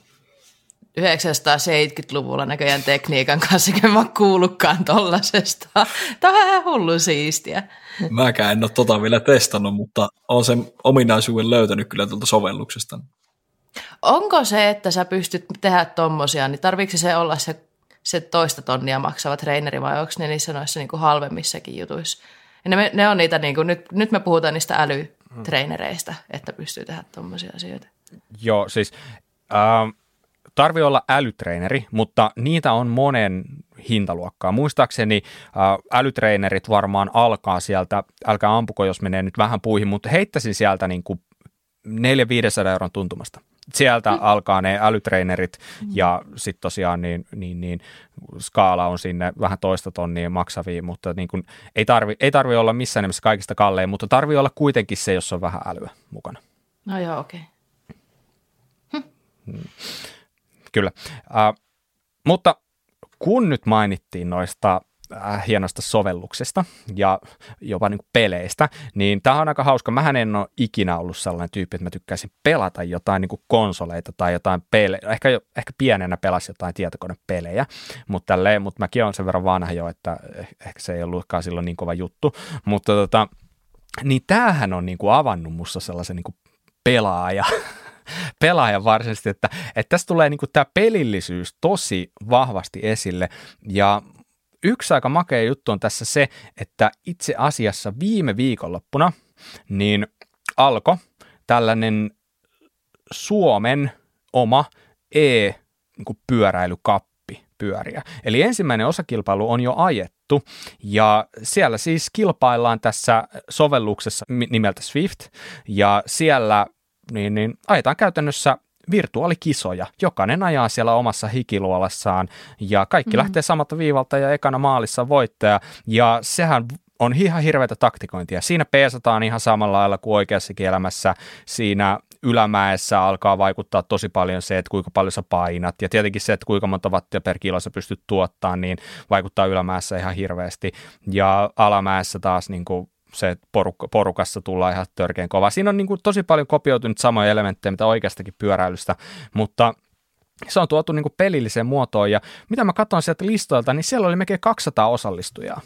tuhatyhdeksänsataaseitsemänkymmentäluvulla näköjään tekniikan kanssa, enkä mä kuullutkaan tollasesta. Tämä on ihan hullu siistiä. Mäkään en ole tota vielä testannut, mutta olen sen ominaisuuden löytänyt kyllä tuolta sovelluksesta. Onko se, että sä pystyt tehdä tommosia, niin tarviiko se olla se, se toista tonnia maksava treeneri vai onko ne niissä noissa niin kuin halvemmissakin jutuissa? Ne, ne on niitä, niin kuin, nyt, nyt me puhutaan niistä älytreenereistä, että pystyy tehdä tommosia asioita. Joo, siis äh, tarvii olla älytreeneri, mutta niitä on monen hintaluokkaa. Muistaakseni äh, älytreenerit varmaan alkaa sieltä, älkää ampuko, jos menee nyt vähän puihin, mutta heittäisin sieltä niin kuin neljä viisisataa euron tuntumasta. Sieltä mm. alkaa ne älytreenerit mm. ja sitten tosiaan niin, niin, niin, skaala on sinne vähän toista tonnia maksavia, mutta niin kun, ei tarvi, ei tarvi olla missään nimessä kaikista kallein, mutta tarvii olla kuitenkin se, jos on vähän älyä mukana. No joo, okei. Okay. Hmm. Kyllä, äh, mutta kun nyt mainittiin noista äh, hienosta sovelluksesta ja jopa niin kuin peleistä, niin tämä on aika hauska. Mähän en ole ikinä ollut sellainen tyyppi, että mä tykkäisin pelata jotain niin kuin konsoleita tai jotain pelejä. Ehkä, ehkä pienenä pelasi jotain tietokonepelejä, mutta, tälleen, mutta mäkin olen sen verran vanha jo, että ehkä se ei ollutkaan silloin niin kova juttu. Mutta tota, niin tämähän on niin kuin avannut musta sellaisen niin kuin pelaaja. pelaajan varsinaisesti, että, että tässä tulee niin kuin tämä pelillisyys tosi vahvasti esille ja yksi aika makea juttu on tässä se, että itse asiassa viime viikonloppuna niin alkoi tällainen Suomen oma e-pyöräilykappi pyöriä. Eli ensimmäinen osakilpailu on jo ajettu ja siellä siis kilpaillaan tässä sovelluksessa nimeltä Swift ja siellä niin, niin ajetaan käytännössä virtuaalikisoja. Jokainen ajaa siellä omassa hikiluolassaan ja kaikki mm. lähtee samalta viivalta ja ekana maalissa voittaja. Ja sehän on ihan hirveätä taktikointia. Siinä peesataan ihan samalla lailla kuin oikeassakin elämässä. Siinä ylämäessä alkaa vaikuttaa tosi paljon se, että kuinka paljon sä painat. Ja tietenkin se, että kuinka monta wattia per kilo sä pystyt tuottamaan, niin vaikuttaa ylämäessä ihan hirveästi. Ja alamäessä taas niin kuin se poruk- porukassa tullaan ihan törkeän kova. Siinä on niin kuin tosi paljon kopioitunut samoja elementtejä, mitä oikeastakin pyöräilystä, mutta se on tuotu niin kuin pelilliseen muotoon, ja mitä mä katson sieltä listoilta, niin siellä oli melkein kaksisataa osallistujaa.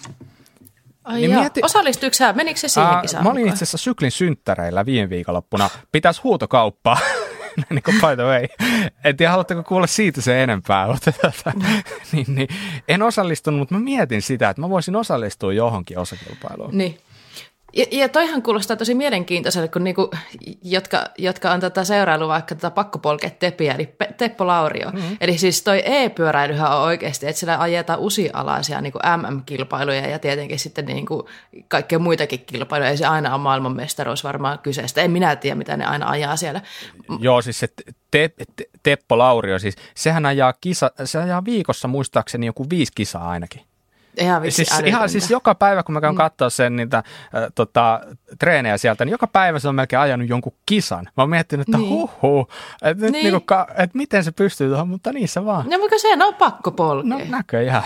Ai niin mieti... Osallistuiko sä? Menikö se siihen kisaan? Mä olin itse asiassa syklin synttäreillä viime viikonloppuna. Pitäisi huutokauppaa. niin kuin by the way. En tiedä, haluatteko kuulla siitä se enempää. Mutta, tota, niin, niin. En osallistunut, mutta mä mietin sitä, että mä voisin osallistua johonkin osakilpailuun. Niin. Ja, ja toihan kuulostaa tosi mielenkiintoiselle, kun niinku, jotka, jotka on tätä seurailu vaikka tätä pakkopolkea Tepiä, eli Pe- Teppo Laurio. Mm-hmm. Eli siis toi e-pyöräilyhän on oikeasti, että siellä ajetaan usialaisia niinku M M-kilpailuja ja tietenkin sitten niinku kaikkea muitakin kilpailuja. Ei se aina ole maailmanmestaruus varmaan kyseistä. En minä tiedä, mitä ne aina ajaa siellä. Joo, siis se te- te- Teppo Laurio, siis sehän ajaa, kisa, se ajaa viikossa muistaakseni joku viisi kisaa ainakin. Ihan, siis, ihan siis joka päivä, kun mä käyn katsoa sen niitä äh, tota, treenejä sieltä, niin joka päivä se on melkein ajanut jonkun kisan. Mä oon miettinyt, että niin. huhhuh, että niin. niinku, et miten se pystyy tuohon, mutta niissä vaan. No, mutta se on pakko polkea. No näköjään.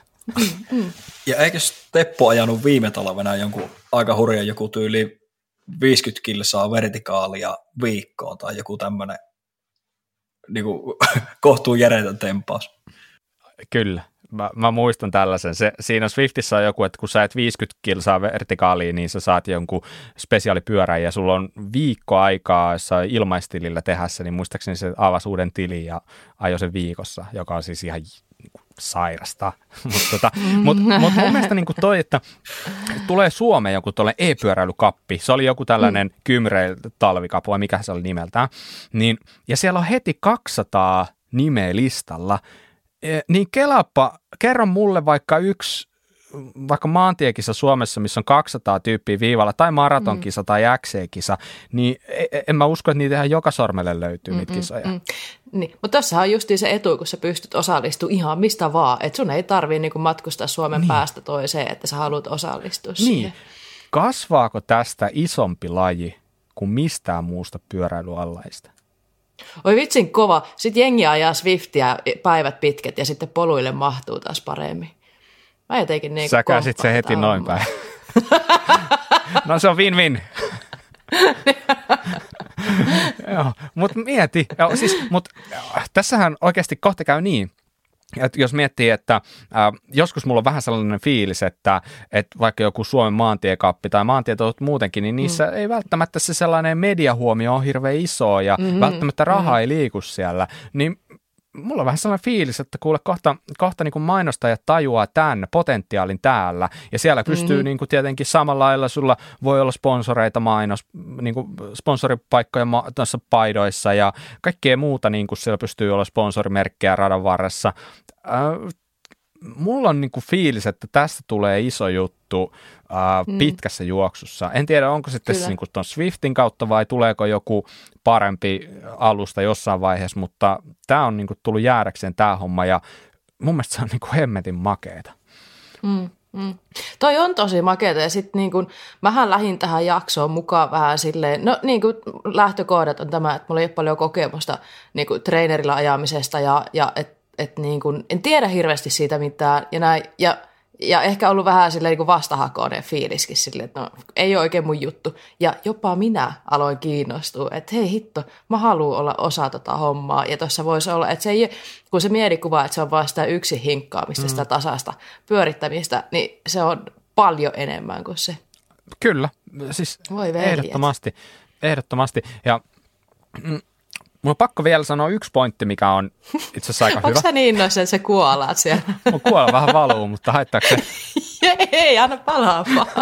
mm. Ja eikö Teppo ajanut viime talvena jonkun aika hurjan joku tyyli viisikymmentä kilsaa vertikaalia viikkoon tai joku tämmöinen niinku, kohtuu järetön tempaus? Kyllä. Mä, mä muistan tällaisen. Se, siinä Swiftissä on joku, että kun sä et viisikymmentä kilsaa vertikaaliin, niin sä saat jonkun spesiaalipyörän ja sulla on viikko aikaa jossain ilmaistilillä tehdä se, niin muistaakseni se avasi uuden tilin ja ajoi sen viikossa, joka on siis ihan sairasta. Mutta tota, mut, mut mun mielestä niin toi, että tulee Suomeen joku tuollainen e-pyöräilykappi, se oli joku tällainen mm. Kymrail-talvikapu, vai mikä se oli nimeltään, niin, ja siellä on heti kaksisataa nimeä listalla. Niin kelaappa, kerro mulle vaikka yksi vaikka maantiekisa Suomessa, missä on kaksisataa tyyppiä viivalla, tai maratonkisa mm. tai X C-kisa, niin en mä usko, että niitä ihan joka sormelle löytyy niitä kisoja. Mm, mm. Niin, mutta tossahan on justiin se etu, kun sä pystyt osallistumaan ihan mistä vaan, että sun ei tarvitse niinku matkustaa Suomen niin. päästä toiseen, että sä haluat osallistua niin. siihen. Kasvaako tästä isompi laji kuin mistään muusta pyöräilyallaista? Oi vitsin kova. Sitten jengi ajaa Swiftiä päivät pitkät ja sitten poluille mahtuu taas paremmin. Mä jotenkin niin sä käsit se heti noin päin. No se on win-win. Joo, mutta mieti. Joo, siis, mut, tässähän oikeasti kohta käy niin, että jos miettii, että äh, joskus mulla on vähän sellainen fiilis, että, että vaikka joku Suomen maantiekappi tai maantietot muutenkin, niin niissä mm. ei välttämättä se sellainen mediahuomio ole hirveän iso ja mm-hmm. välttämättä raha mm-hmm. ei liiku siellä, niin mulla on vähän sellainen fiilis, että kuule kohta, kohta niin kuin mainostajat tajuaa tämän potentiaalin täällä ja siellä pystyy mm-hmm. niin kuin tietenkin samalla lailla, sulla voi olla sponsoreita mainos, niin kuin sponsoripaikkoja tuossa paidoissa ja kaikkea muuta, niin kuin siellä pystyy olla sponsorimerkkejä radan varressa. Äh, mulla on niin kuin fiilis, että tästä tulee iso juttu äh, mm. pitkässä juoksussa. En tiedä, onko sitten niin kuin tuon Swiftin kautta vai tuleeko joku parempi alusta jossain vaiheessa, mutta tämä on niin kuin tullut jäädäkseen tämä homma ja mun mielestä se on niin kuin hemmetin makeeta. Mm, mm. Toi on tosi makeeta ja sitten niin kuin, mähän lähdin tähän jaksoon mukaan vähän silleen, no niin kuin lähtökohdat on tämä, että mulla ei ole paljon kokemusta niin kuin treenerillä ajamisesta ja, ja että et niin kuin, en tiedä hirveästi siitä mitään ja näin ja Ja ehkä ollut vähän silleen niin vastahakoinen fiiliskin silleen, että no, ei ole oikein mun juttu. Ja jopa minä aloin kiinnostua, että hei hitto, mä haluan olla osa tota hommaa. Ja tuossa voisi olla, että se ei, kun se mielikuva, että se on vaan sitä yksin hinkkaamista, mm. sitä tasasta pyörittämistä, niin se on paljon enemmän kuin se. Kyllä, siis Voi ehdottomasti. Ehdottomasti. Ja mm, mun on pakko vielä sanoa yksi pointti, mikä on itse asiassa aika hyvä. Onko sä niin innoissa, että sä kuolaat siellä? Mun kuola vähän valuu, mutta haittaako se? Ei, anna palaa vaan.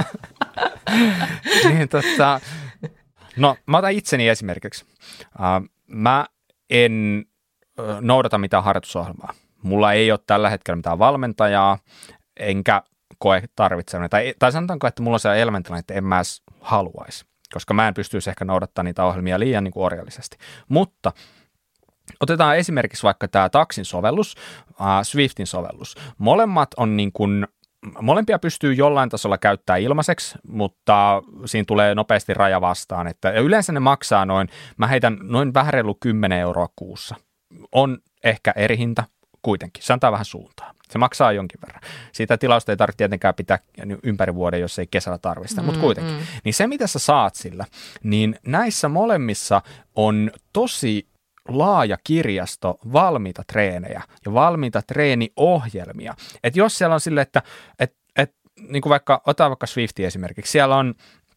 niin, tota, no, mä otan itseni esimerkiksi. Uh, mä en uh, noudata mitään harjoitusohjelmaa. Mulla ei ole tällä hetkellä mitään valmentajaa, enkä koe tarvitsevani. Tai, tai sanotaanko, että mulla on se elämäntilanne, että en mä edes haluaisi, koska mä en pystyisi ehkä noudattamaan niitä ohjelmia liian niin kuin orjallisesti. Mutta otetaan esimerkiksi vaikka tämä Taxin sovellus, äh, Swiftin sovellus. Molemmat on niin kuin, molempia pystyy jollain tasolla käyttämään ilmaiseksi, mutta siinä tulee nopeasti raja vastaan. Että, ja yleensä ne maksaa noin, mä heitän noin vähän reilu kymmenen euroa kuussa. On ehkä eri hinta kuitenkin, se antaa vähän suuntaa. Se maksaa jonkin verran. Siitä tilausta ei tarvitse tietenkään pitää ympäri vuoden, jos ei kesällä tarvista, mm, mutta kuitenkin. Mm. Niin se, mitä sä saat sillä, niin näissä molemmissa on tosi laaja kirjasto valmiita treenejä ja valmiita treeniohjelmia. Että jos siellä on silleen, että et, et, niin kuin vaikka, ota vaikka Swifti esimerkiksi, siellä on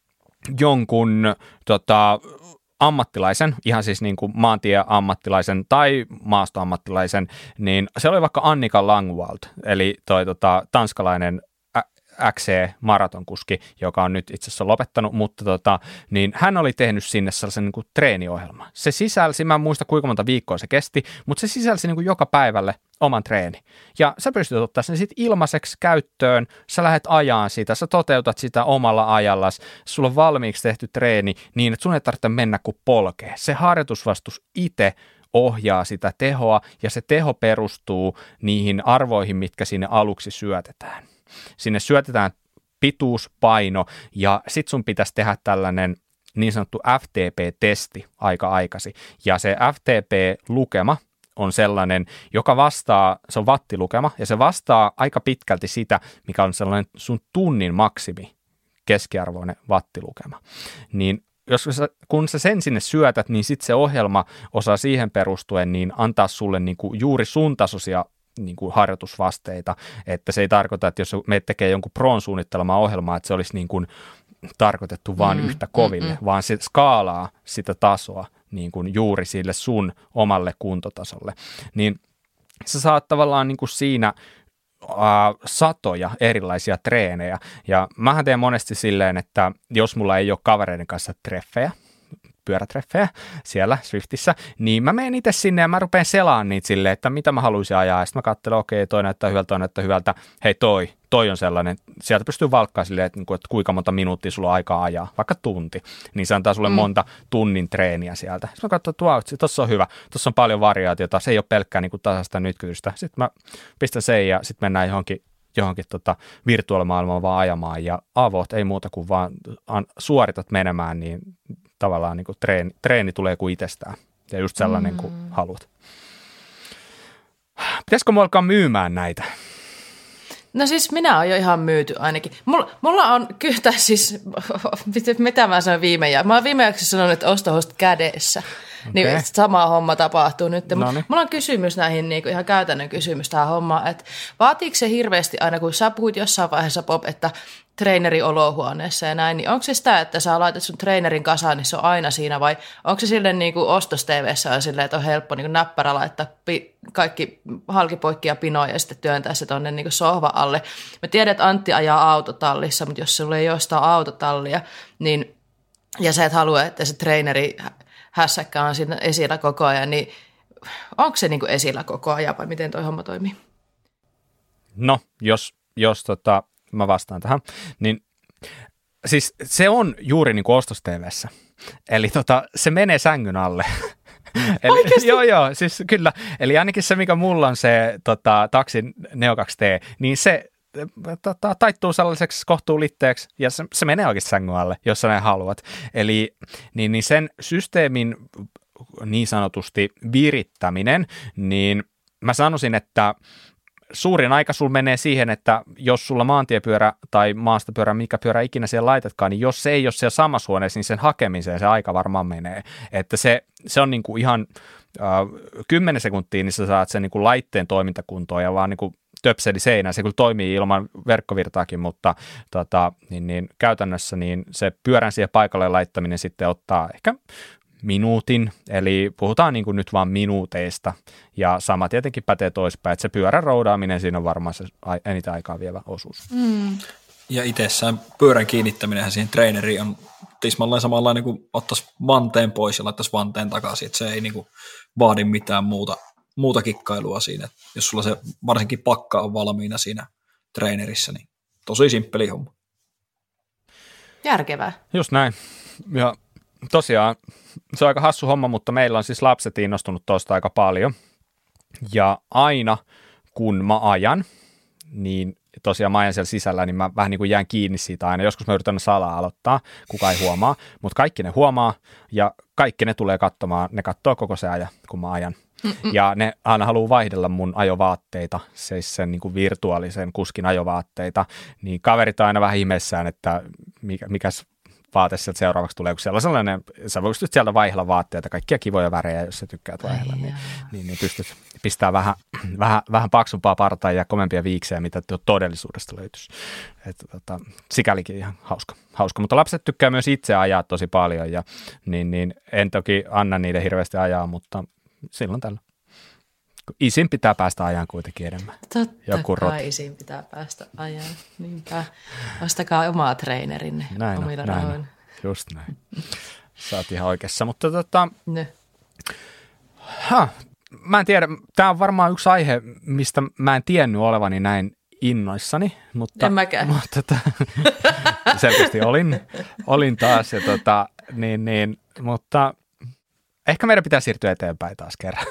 jonkun tota, ammattilaisen, ihan siis niin kuin maantie-ammattilaisen tai maastoammattilaisen, niin se oli vaikka Annika Langwald, eli toi tota, tanskalainen X C-maratonkuski, joka on nyt itse asiassa lopettanut, mutta tota, niin hän oli tehnyt sinne sellaisen niin kuin treeniohjelman. Se sisälsi, mä en muista kuinka monta viikkoa se kesti, mutta se sisälsi niin kuin joka päivälle oman treeni. Ja sä pystyt ottaa sen sitten ilmaiseksi käyttöön, sä lähdet ajaan sitä, sä toteutat sitä omalla ajallas, sulla on valmiiksi tehty treeni niin, että sun ei tarvitse mennä kuin polkee. Se harjoitusvastus itse ohjaa sitä tehoa ja se teho perustuu niihin arvoihin, mitkä sinne aluksi syötetään. Sinne syötetään pituus, paino ja sit sun pitäisi tehdä tällainen niin sanottu F T P-testi aika aikaisin. Ja se F T P-lukema on sellainen, joka vastaa, se on wattilukema ja se vastaa aika pitkälti sitä, mikä on sellainen sun tunnin maksimi keskiarvoinen wattilukema. Niin jos sä, kun sä sen sinne syötät, niin sitten se ohjelma osaa siihen perustuen niin antaa sulle niinku juuri sun tasoisia niin kuin harjoitusvasteita, että se ei tarkoita, että jos me tekee jonkun proon suunnittelemaa ohjelmaa, että se olisi niin kuin tarkoitettu vaan mm, yhtä koville, mm, vaan se skaalaa sitä tasoa niin kuin juuri sille sun omalle kuntotasolle. Niin sä saat tavallaan niin kuin siinä äh, satoja erilaisia treenejä, ja mähän teen monesti silleen, että jos mulla ei ole kavereiden kanssa treffejä, pyörätreffejä siellä Swiftissä, niin mä menen itse sinne ja mä rupean selaan niitä silleen, että mitä mä haluaisin ajaa. Ja sitten mä katselen, okei, toi näyttää hyvältä, toi näyttää hyvältä. Hei, toi, toi on sellainen. Sieltä pystyy valkkaa silleen, että, että kuinka monta minuuttia sulla on aikaa ajaa, vaikka tunti. Niin se antaa sulle mm. monta tunnin treeniä sieltä. Sitten mä katson, että wow, tuossa on hyvä, tuossa on paljon variaatiota, se ei ole pelkkää niin kuin tasaista nytkytystä. Sitten mä pistän sen ja sitten mennään johonkin johonkin tota virtuaalimaailmaan vaan ajamaan ja avot, ei muuta kuin vaan suoritat menemään, niin tavallaan niin kuin treeni, treeni tulee kuin itsestään ja just sellainen mm. kuin haluat. Pitäisikö mulla alkaa myymään näitä? No siis minä olen jo ihan myyty ainakin. Mulla, mulla on kyllä siis, mitä mä sanoin viime jaksossa? Mä oon viime jaksossa sanonut, että ostohost kädessä. Okay. Niin sama homma tapahtuu nyt. Noniin. Mulla on kysymys näihin, niin kuin ihan käytännön kysymys tähän hommaan, että vaatiiko se hirveästi aina, kun sä puhuit jossain vaiheessa, Bob, että treeneri olohuoneessa ja näin, niin onko se sitä, että sä laitat sun treenerin kasaan, niin se on aina siinä, vai onko se silleen niin kuin ostos-tv:ssä on silleen, että on helppo niin kuin näppärä laittaa pi- kaikki halkipoikki ja pinoja ja sitten työntää se tuonne niin kuin sohva alle. Mä tiedän, että Antti ajaa autotallissa, mutta jos sulla ei ole sitä autotallia, niin, ja sä et halua, että se treeneri hässäkkä on siinä esillä koko ajan, niin onko se niin kuin esillä koko ajan vai miten toi homma toimii? No, jos, jos tota, mä vastaan tähän, niin siis se on juuri niin kuin ostos-tv:ssä. Eli tota, se menee sängyn alle. Eli, joo, joo, siis kyllä. Eli ainakin se, mikä mulla on se tota, Taxin Neo kaksi T, niin se tota, taittuu sellaiseksi kohtuulitteeksi ja se, se menee oikeasti sängyn alle, jos sä näin haluat. Eli niin, niin sen systeemin niin sanotusti virittäminen, niin mä sanoisin, että suurin aika sulla menee siihen, että jos sulla maantiepyörä tai maastopyörä, mikä pyörä ikinä siellä laitatkaan, niin jos se ei ole siellä samassa huoneessa, niin sen hakemiseen se aika varmaan menee. Että se, se on niinku ihan äh, kymmenen sekuntia, niin sä saat sen niinku laitteen toimintakuntoon ja vaan niinku töpseli seinään. Se kyllä toimii ilman verkkovirtaakin, mutta tota, niin, niin, käytännössä niin se pyörän siihen paikalle laittaminen sitten ottaa ehkä minuutin, eli puhutaan niin kuin nyt vaan minuuteista, ja sama tietenkin pätee toispäin, että se pyörän roudaaminen, siinä on varmaan se eniten aikaa vievä osuus. Mm. Ja itsessään pyörän kiinnittäminenhän siihen treeneriin on tismalleen samanlainen kuin ottaisi vanteen pois ja laittaisi vanteen takaisin, että se ei niin kuin vaadi mitään muuta, muuta kikkailua siinä. Jos sulla se varsinkin pakka on valmiina siinä treenerissä, niin tosi simppeli homma. Järkevää. Just näin. Ja tosiaan se on aika hassu homma, mutta meillä on siis lapset innostunut tuosta aika paljon. Ja aina kun mä ajan, niin tosiaan mä ajan siellä sisällä, niin mä vähän niin kuin jään kiinni siitä aina. Joskus mä yritän salaa aloittaa, kukaan ei huomaa, mutta kaikki ne huomaa ja kaikki ne tulee katsomaan, ne katsoo koko se ajan, kun mä ajan. Mm-mm. Ja ne aina haluaa vaihdella mun ajovaatteita, siis sen niin kuin virtuaalisen kuskin ajovaatteita, niin kaverit on aina vähän ihmeessään, että mikä, mikäs vaate sieltä seuraavaksi tulee, kun siellä on sellainen, sä voisit sieltä vaihdella vaatteita, kaikkia kivoja värejä, jos sä tykkäät vaihdella, niin, niin, niin pystyt pistämään vähän, vähän, vähän paksumpaa partaa ja komempia viiksejä, mitä todellisuudesta löytyisi. Että, tota, sikälikin ihan hauska, hauska. Mutta lapset tykkää myös itse ajaa tosi paljon, ja niin, niin en toki anna niiden hirveästi ajaa, mutta silloin tällä. Isin pitää päästä ajan kuitenkin enemmän. Totta Joku kai roti. Isin pitää päästä ajan. Niinpä. Ostakaa omaa treenerinne näin omilla rahoilla. Just näin. Sä oot ihan oikeassa. Mutta tota, ha, mä en tiedä, tää on varmaan yksi aihe, mistä mä en tiennyt olevani näin innoissani. Mutta, en mäkään. Mutta tota, selkeästi olin, olin taas. Ja tota, niin, niin, mutta ehkä meidän pitää siirtyä eteenpäin taas kerran.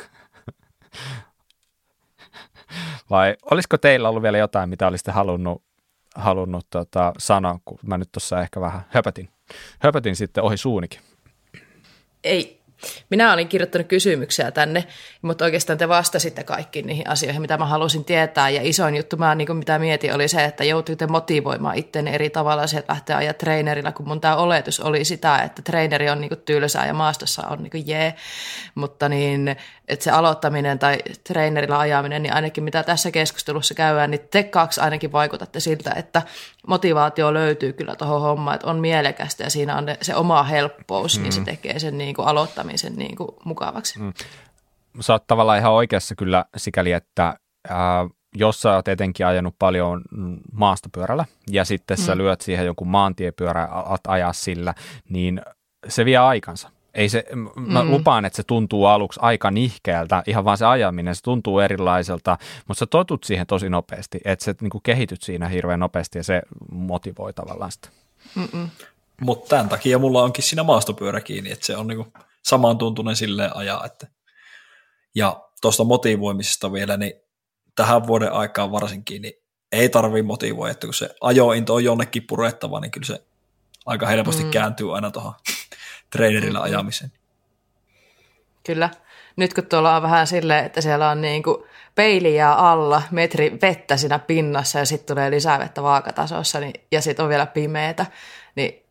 Vai olisiko teillä ollut vielä jotain, mitä olisitte halunnut, halunnut tota, sanoa, kun mä nyt tuossa ehkä vähän höpötin, höpötin sitten ohi suunikin? Ei. Minä olin kirjoittanut kysymyksiä tänne, mutta oikeastaan te vastasitte kaikkiin niihin asioihin, mitä mä halusin tietää. Ja isoin juttu, mä, niin kuin mitä mietin, oli se, että joutuitte motivoimaan itseäni eri tavalla se, että lähtee ajaa treenerillä, kun mun tämä oletus oli sitä, että treeneri on niin kuin tylsää ja maastossa on niin kuin jee. Mutta niin, että se aloittaminen tai treenerillä ajaminen, niin ainakin mitä tässä keskustelussa käydään, niin te kaksi ainakin vaikutatte siltä, että motivaatio löytyy kyllä tuohon hommaan, että on mielekästä ja siinä on se oma helppous, mm. niin se tekee sen niin kuin aloittamisen niin kuin mukavaksi. Mm. Sä oot tavallaan ihan oikeassa kyllä sikäli, että ää, jos sä oot etenkin ajanut paljon maastopyörällä ja sitten mm. sä lyöt siihen jonkun maantiepyörä, alat ajaa sillä, niin se vie aikansa. Ei se, mä mm. lupaan, että se tuntuu aluksi aika nihkeältä, ihan vaan se ajaminen, se tuntuu erilaiselta, mutta sä totut siihen tosi nopeasti, että sä niin kuin kehityt siinä hirveän nopeasti ja se motivoi tavallaan sitä. Mutta tämän takia mulla onkin siinä maastopyörä kiinni, että se on niin kuin samantuntuinen silleen ajaa. Että. Ja tuosta motivoimisesta vielä, niin tähän vuoden aikaan varsinkin, niin ei tarvitse motivoida, että kun se ajointo on jonnekin purettava, niin kyllä se aika helposti mm. kääntyy aina tuohon trainerilla ajamiseen. Kyllä. Nyt kun tuolla on vähän silleen, että siellä on niin kuin peiliä alla, metri vettä siinä pinnassa ja sitten tulee lisää vettä vaakatasossa niin, ja sitten on vielä pimeätä, niin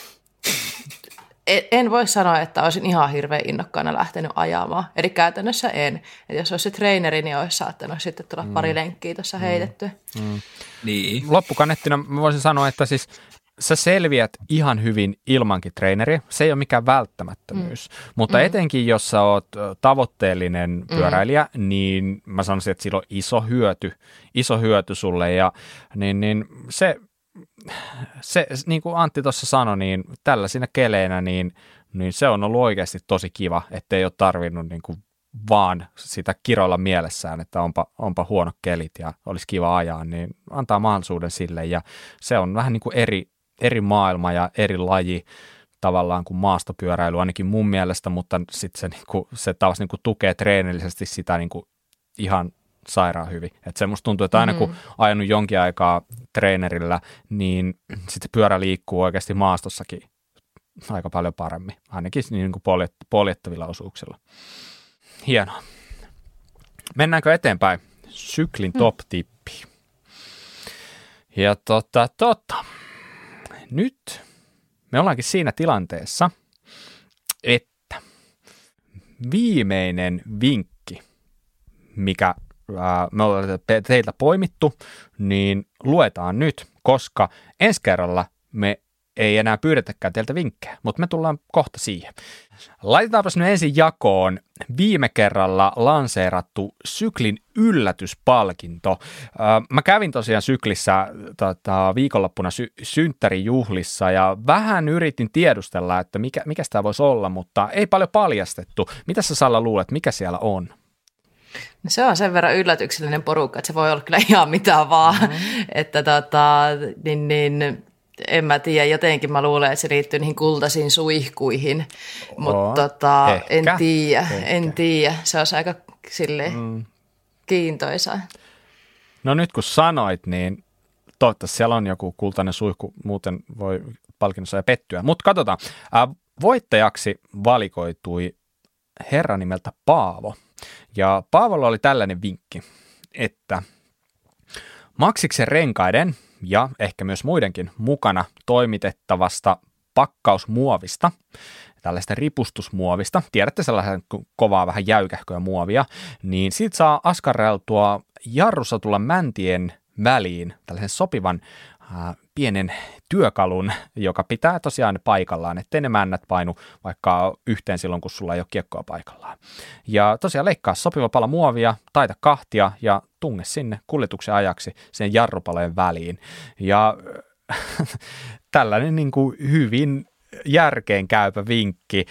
en voi sanoa, että olisin ihan hirveän innokkaana lähtenyt ajamaan. Eli käytännössä en. Et jos olisi se treeneri, niin olisi saattanut sitten tulla mm. pari lenkkiä tuossa mm. heitettyä. Mm. Niin. Loppukannettina mä voisin sanoa, että siis sä selviät ihan hyvin ilmankin treeneriä. Se ei ole mikään välttämättömyys. Mm. Mutta mm. etenkin, jos sä oot tavoitteellinen pyöräilijä, mm. niin mä sanoisin, että sillä on iso hyöty, iso hyöty sulle. Ja niin, niin se... Se, niin kuin Antti tuossa sanoi, niin tällaisina keleinä, niin, niin se on ollut oikeasti tosi kiva, ettei ole tarvinnut niin kuin vaan sitä kiroilla mielessään, että onpa, onpa huono kelit ja olisi kiva ajaa, niin antaa mahdollisuuden sille. Ja se on vähän niin kuin eri, eri maailma ja eri laji tavallaan kuin maastopyöräily, ainakin mun mielestä, mutta sitten se, niin kuin, se taas niin kuin tukee treenillisesti sitä niin kuin ihan sairaan hyvin. Että se musta tuntuu, että aina kun ajanut jonkin aikaa treenerillä, niin sitten pyörä liikkuu oikeasti maastossakin aika paljon paremmin, ainakin niin kuin poljet- poljettavilla osuuksilla. Hienoa. Mennäänkö eteenpäin? Syklin top-tippi. Ja tota, tota. Nyt me ollaankin siinä tilanteessa, että viimeinen vinkki, mikä me ollaan teiltä poimittu, niin luetaan nyt, koska ensi kerralla me ei enää pyydetäkään teiltä vinkkejä, mutta me tullaan kohta siihen. Laitetaanpas nyt ensin jakoon viime kerralla lanseerattu Syklin yllätyspalkinto. Mä kävin tosiaan Syklissä tota, viikonloppuna sy- synttärijuhlissa ja vähän yritin tiedustella, että mikä, mikä sitä voisi olla, mutta ei paljon paljastettu. Mitä sä Salla luulet, mikä siellä on? No se on sen verran yllätyksellinen porukka, että se voi olla kyllä ihan mitä vaan, mm-hmm. että tota, niin, niin, en mä tiedä, jotenkin mä luulen, että se liittyy niihin kultaisiin suihkuihin, mutta tota, en tiedä, en tiedä, se olisi aika silleen mm. kiintoisaa. No nyt kun sanoit, niin toivottavasti siellä on joku kultainen suihku, muuten voi palkinnossa ja pettyä, mutta katsotaan. Äh, voittajaksi valikoitui herra nimeltä Paavo. Ja Paavolla oli tällainen vinkki, että Maksiksen renkaiden ja ehkä myös muidenkin mukana toimitettavasta pakkausmuovista, tällaista ripustusmuovista, tiedätte sellaisen kovaa vähän jäykähköä muovia, niin siitä saa askarreltua jarrusatulla mäntien väliin tällaisen sopivan äh, pienen työkalun, joka pitää tosiaan paikallaan, ettei ne männät painu vaikka yhteen silloin, kun sulla ei ole kiekkoa paikallaan. Ja tosiaan leikkaa sopiva pala muovia, taita kahtia ja tunge sinne kuljetuksen ajaksi sen jarrupalojen väliin. Ja tällainen niin kuin hyvin järkeenkäypä vinkki.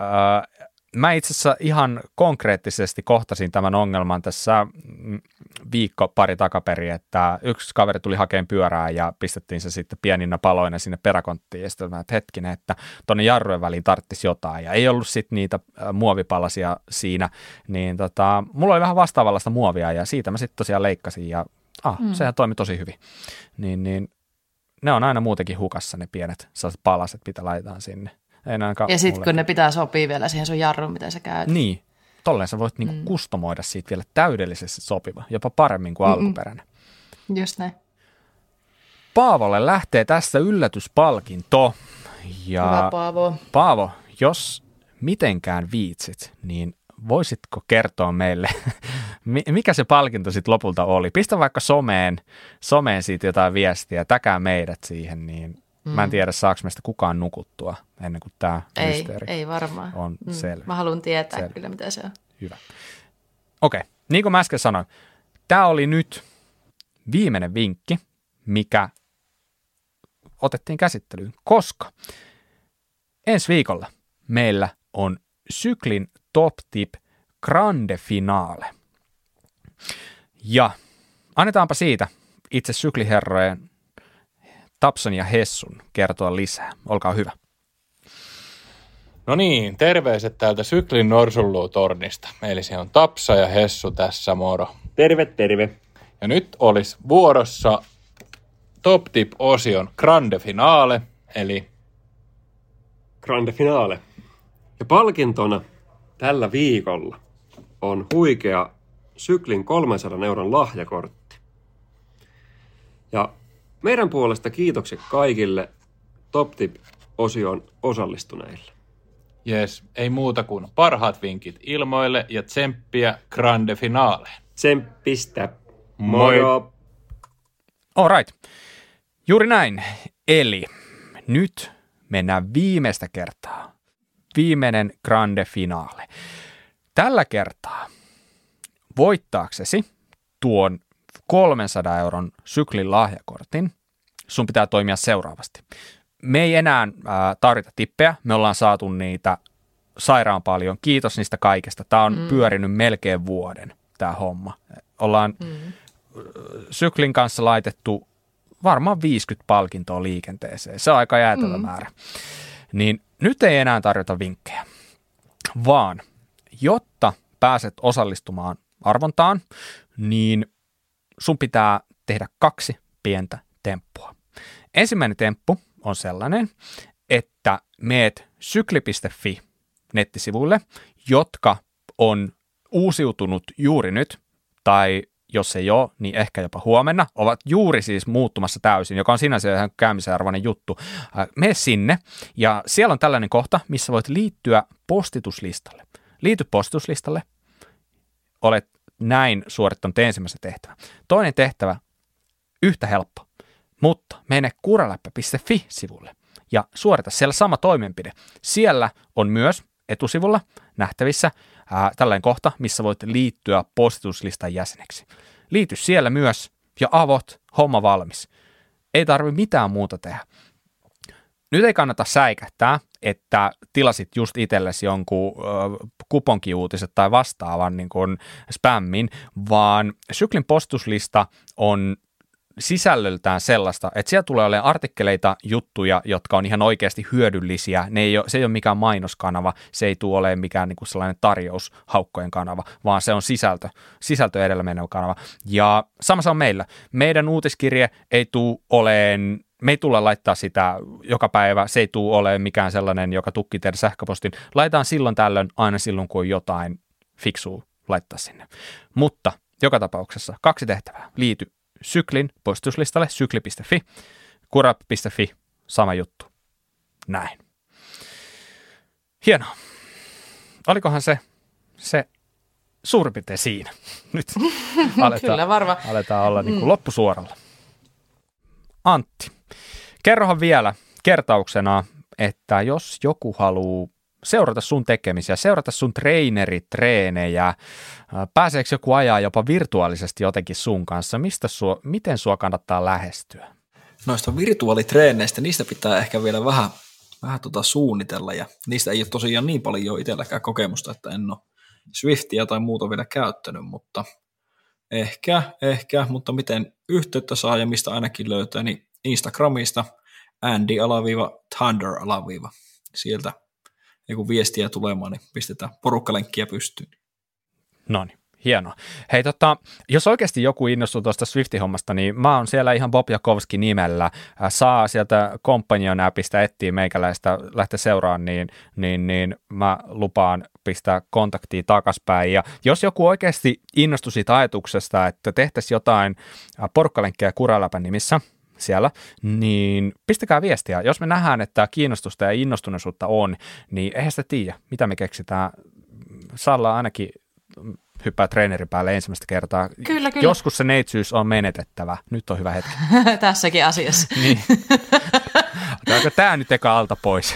Mä itse asiassa ihan konkreettisesti kohtasin tämän ongelman tässä viikko pari takaperin, että yksi kaveri tuli hakemaan pyörää ja pistettiin se sitten pieninä paloina sinne peräkonttiin ja sitten mä, että hetkinen, että tuonne jarrujen väliin tarttisi jotain ja ei ollut sitten niitä muovipalasia siinä, niin tota, mulla oli vähän vastaavallaista muovia ja siitä mä sitten tosiaan leikkasin ja ah, mm. sehän toimi tosi hyvin, niin, niin ne on aina muutenkin hukassa ne pienet sellaiset palaset, mitä laitetaan sinne. Ja sitten kun ne pitää sopia vielä siihen sun jarruun, miten sä käyt. Niin, tolleen sä voit niinku mm. kustomoida siitä vielä täydellisesti sopiva, jopa paremmin kuin Mm-mm. alkuperäinen. Just näin. Paavolle lähtee tässä yllätyspalkinto. Ja hyvä Paavo. Paavo, jos mitenkään viitsit, niin voisitko kertoa meille, mikä se palkinto sitten lopulta oli? Pistä vaikka someen, someen siitä jotain viestiä, täkää meidät siihen, niin Mm. mä en tiedä, saako meistä kukaan nukuttua ennen kuin tämä mysteeri ei varmaan. on mm. selvä. Mä haluan tietää selvä. kyllä, mitä se on. Hyvä. Okei, okay. Niin kuin mä äsken sanoin, tämä oli nyt viimeinen vinkki, mikä otettiin käsittelyyn, koska ensi viikolla meillä on syklin Top Tip Grande Finale. Ja annetaanpa siitä itse sykliherrojen Tapsan ja Hessun kertoa lisää. Olkaa hyvä. No niin, terveiset täältä Syklin Norsunluutornista. Eli se on Tapsa ja Hessu tässä, moro. Terve, terve. Ja nyt olisi vuorossa Top Tip-osion Grande Finale, eli Grande Finale. Ja palkintona tällä viikolla on huikea Syklin kolmensadan euron lahjakortti. Ja meidän puolesta kiitokset kaikille Top Tip-osion osallistuneille. jes, ei muuta kuin parhaat vinkit ilmoille ja tsemppiä Grande Finaleen. Tsemppistä. Moro! All right. Juuri näin. Eli nyt mennään viimeistä kertaa. Viimeinen Grande Finale. Tällä kertaa voittaaksesi tuon kolmensadan euron syklin lahjakortin, sun pitää toimia seuraavasti. Me ei enää ää, tarvita tippejä, me ollaan saatu niitä sairaan paljon. Kiitos niistä kaikesta. Tämä on mm. pyörinyt melkein vuoden, tämä homma. Ollaan mm. syklin kanssa laitettu varmaan viisikymmentä palkintoa liikenteeseen. Se on aika jäätävä mm. määrä. Niin nyt ei enää tarjota vinkkejä, vaan jotta pääset osallistumaan arvontaan, niin sun pitää tehdä kaksi pientä temppua. Ensimmäinen temppu on sellainen, että meet sykli piste fi nettisivuille, jotka on uusiutunut juuri nyt, tai jos ei ole, niin ehkä jopa huomenna, ovat juuri siis muuttumassa täysin, joka on sinänsä ihan käymisen arvoinen juttu. Mene sinne, ja siellä on tällainen kohta, missä voit liittyä postituslistalle. Liity postituslistalle, olet näin suorittanut ensimmäisen tehtävän. Toinen tehtävä, yhtä helppo, mutta mene kuraläppä piste fi-sivulle ja suorita siellä sama toimenpide. Siellä on myös etusivulla nähtävissä ää, tällainen kohta, missä voit liittyä postituslistan jäseneksi. Liity siellä myös ja avot, homma valmis. Ei tarvitse mitään muuta tehdä. Nyt ei kannata säikähtää, että tilasit just itsellesi jonkun ö, kuponkiuutiset tai vastaavan niin kuin spämmin, vaan syklin postuslista on sisällöltään sellaista, että siellä tulee olemaan artikkeleita, juttuja, jotka on ihan oikeasti hyödyllisiä. Ne ei ole, se ei ole mikään mainoskanava, se ei tule olemaan mikään niin kuin sellainen tarjoushaukkojen kanava, vaan se on sisältö, sisältö edellä menevä kanava. Ja samassa on meillä. Meidän uutiskirje ei tule olemaan, me ei tule laittaa sitä joka päivä, se ei tule olemaan mikään sellainen, joka tukkii teidän sähköpostin. Laitetaan silloin tällöin, aina silloin, kun on jotain fiksua laittaa sinne. Mutta joka tapauksessa kaksi tehtävää. Liity syklin poistuslistalle, sykli piste fi, kurap piste fi, sama juttu. Näin. Hienoa. Olikohan se, se suurin piirtein siinä? Nyt aletaan, Kyllä varmaan. aletaan olla niin kuin loppusuoralla. Antti, kerrohan vielä kertauksena, että jos joku haluaa seurata sun tekemisiä, seurata sun treeneritreenejä, pääseekö joku ajaa jopa virtuaalisesti jotenkin sun kanssa, mistä sua, miten sua kannattaa lähestyä? Noista virtuaalitreeneistä, niistä pitää ehkä vielä vähän, vähän tota suunnitella, ja niistä ei ole tosiaan niin paljon itselläkään kokemusta, että en ole Swiftia tai muuta vielä käyttänyt, mutta ehkä, ehkä, mutta miten yhteyttä saa ja mistä ainakin löytää, niin Instagramista Andy-Thunder- sieltä kun viestiä tulemaan, niin pistetään porukkalenkkiä pystyyn. No niin, hienoa. Hei, tota, jos oikeasti joku innostuu tuosta Swifti-hommasta, niin mä oon siellä ihan Bob Jakowski nimellä. Saa sieltä Companion-appista etsiä meikäläistä lähteä seuraan, niin, niin, niin mä lupaan pistää kontaktia takaspäin. Ja jos joku oikeasti innostui siitä ajatuksesta, että tehtäisiin jotain porukkalenkkiä Kuraläpän nimissä, siellä, niin pistäkää viestiä. Jos me nähdään, että kiinnostusta ja innostuneisuutta on, niin eihän sitä tiedä, mitä me keksitään. Salla ainakin hyppää treenerin päälle ensimmäistä kertaa. Kyllä, kyllä. Joskus se neitsyys on menetettävä. Nyt on hyvä hetki. Tässäkin asiassa. Niin. Otetaanko tämä nyt eka alta pois?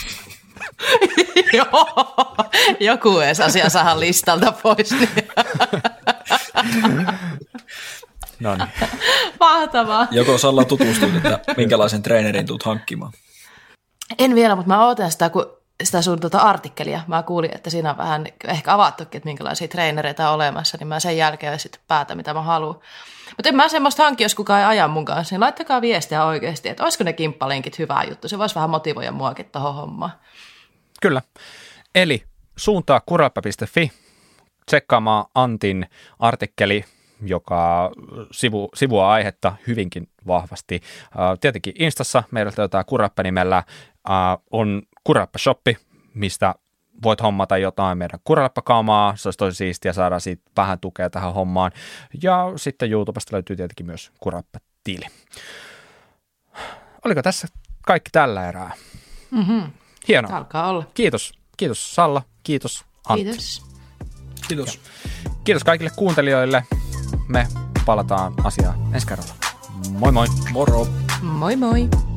Joo, joku edes asia saadaan listalta pois. Niin. No niin. Mahtavaa. Joko Salla tutustunut, että minkälaisen treenerin tulet hankkimaan? En vielä, mutta mä ootan sitä, kun sitä sun tuota artikkelia. Mä kuulin, että siinä on vähän ehkä avattukin, että minkälaisia treenereitä on olemassa, niin mä sen jälkeen sitten päätän, mitä mä haluan. Mutta en mä semmoista hanki, jos kukaan ei aja mun kanssa, niin laittakaa viestiä oikeasti, että olisiko ne kimppalinkit hyvä juttu. Se voisi vähän motivoida muakin tuohon hommaan. Kyllä. Eli suuntaa kurappa piste fi, tsekkaamaan Antin artikkeli, joka sivu, sivua aihetta hyvinkin vahvasti. Uh, tietenkin Instassa meillä löytää Kurappa-nimellä, uh, on Kurappa-shoppi, mistä voit hommata jotain meidän Kurappa-kaamaa, se olisi tosi siistiä, saada siitä vähän tukea tähän hommaan. Ja sitten YouTubesta löytyy tietenkin myös Kurappa-tili. Oliko tässä kaikki tällä erää? Mm-hmm. Hienoa. Alkaa olla. Kiitos. Kiitos Salla. Kiitos Antti. Kiitos. Kiitos. Ja kiitos kaikille kuuntelijoille. Me palataan asiaan ensi kerralla. Moi moi. Moro. Moi moi.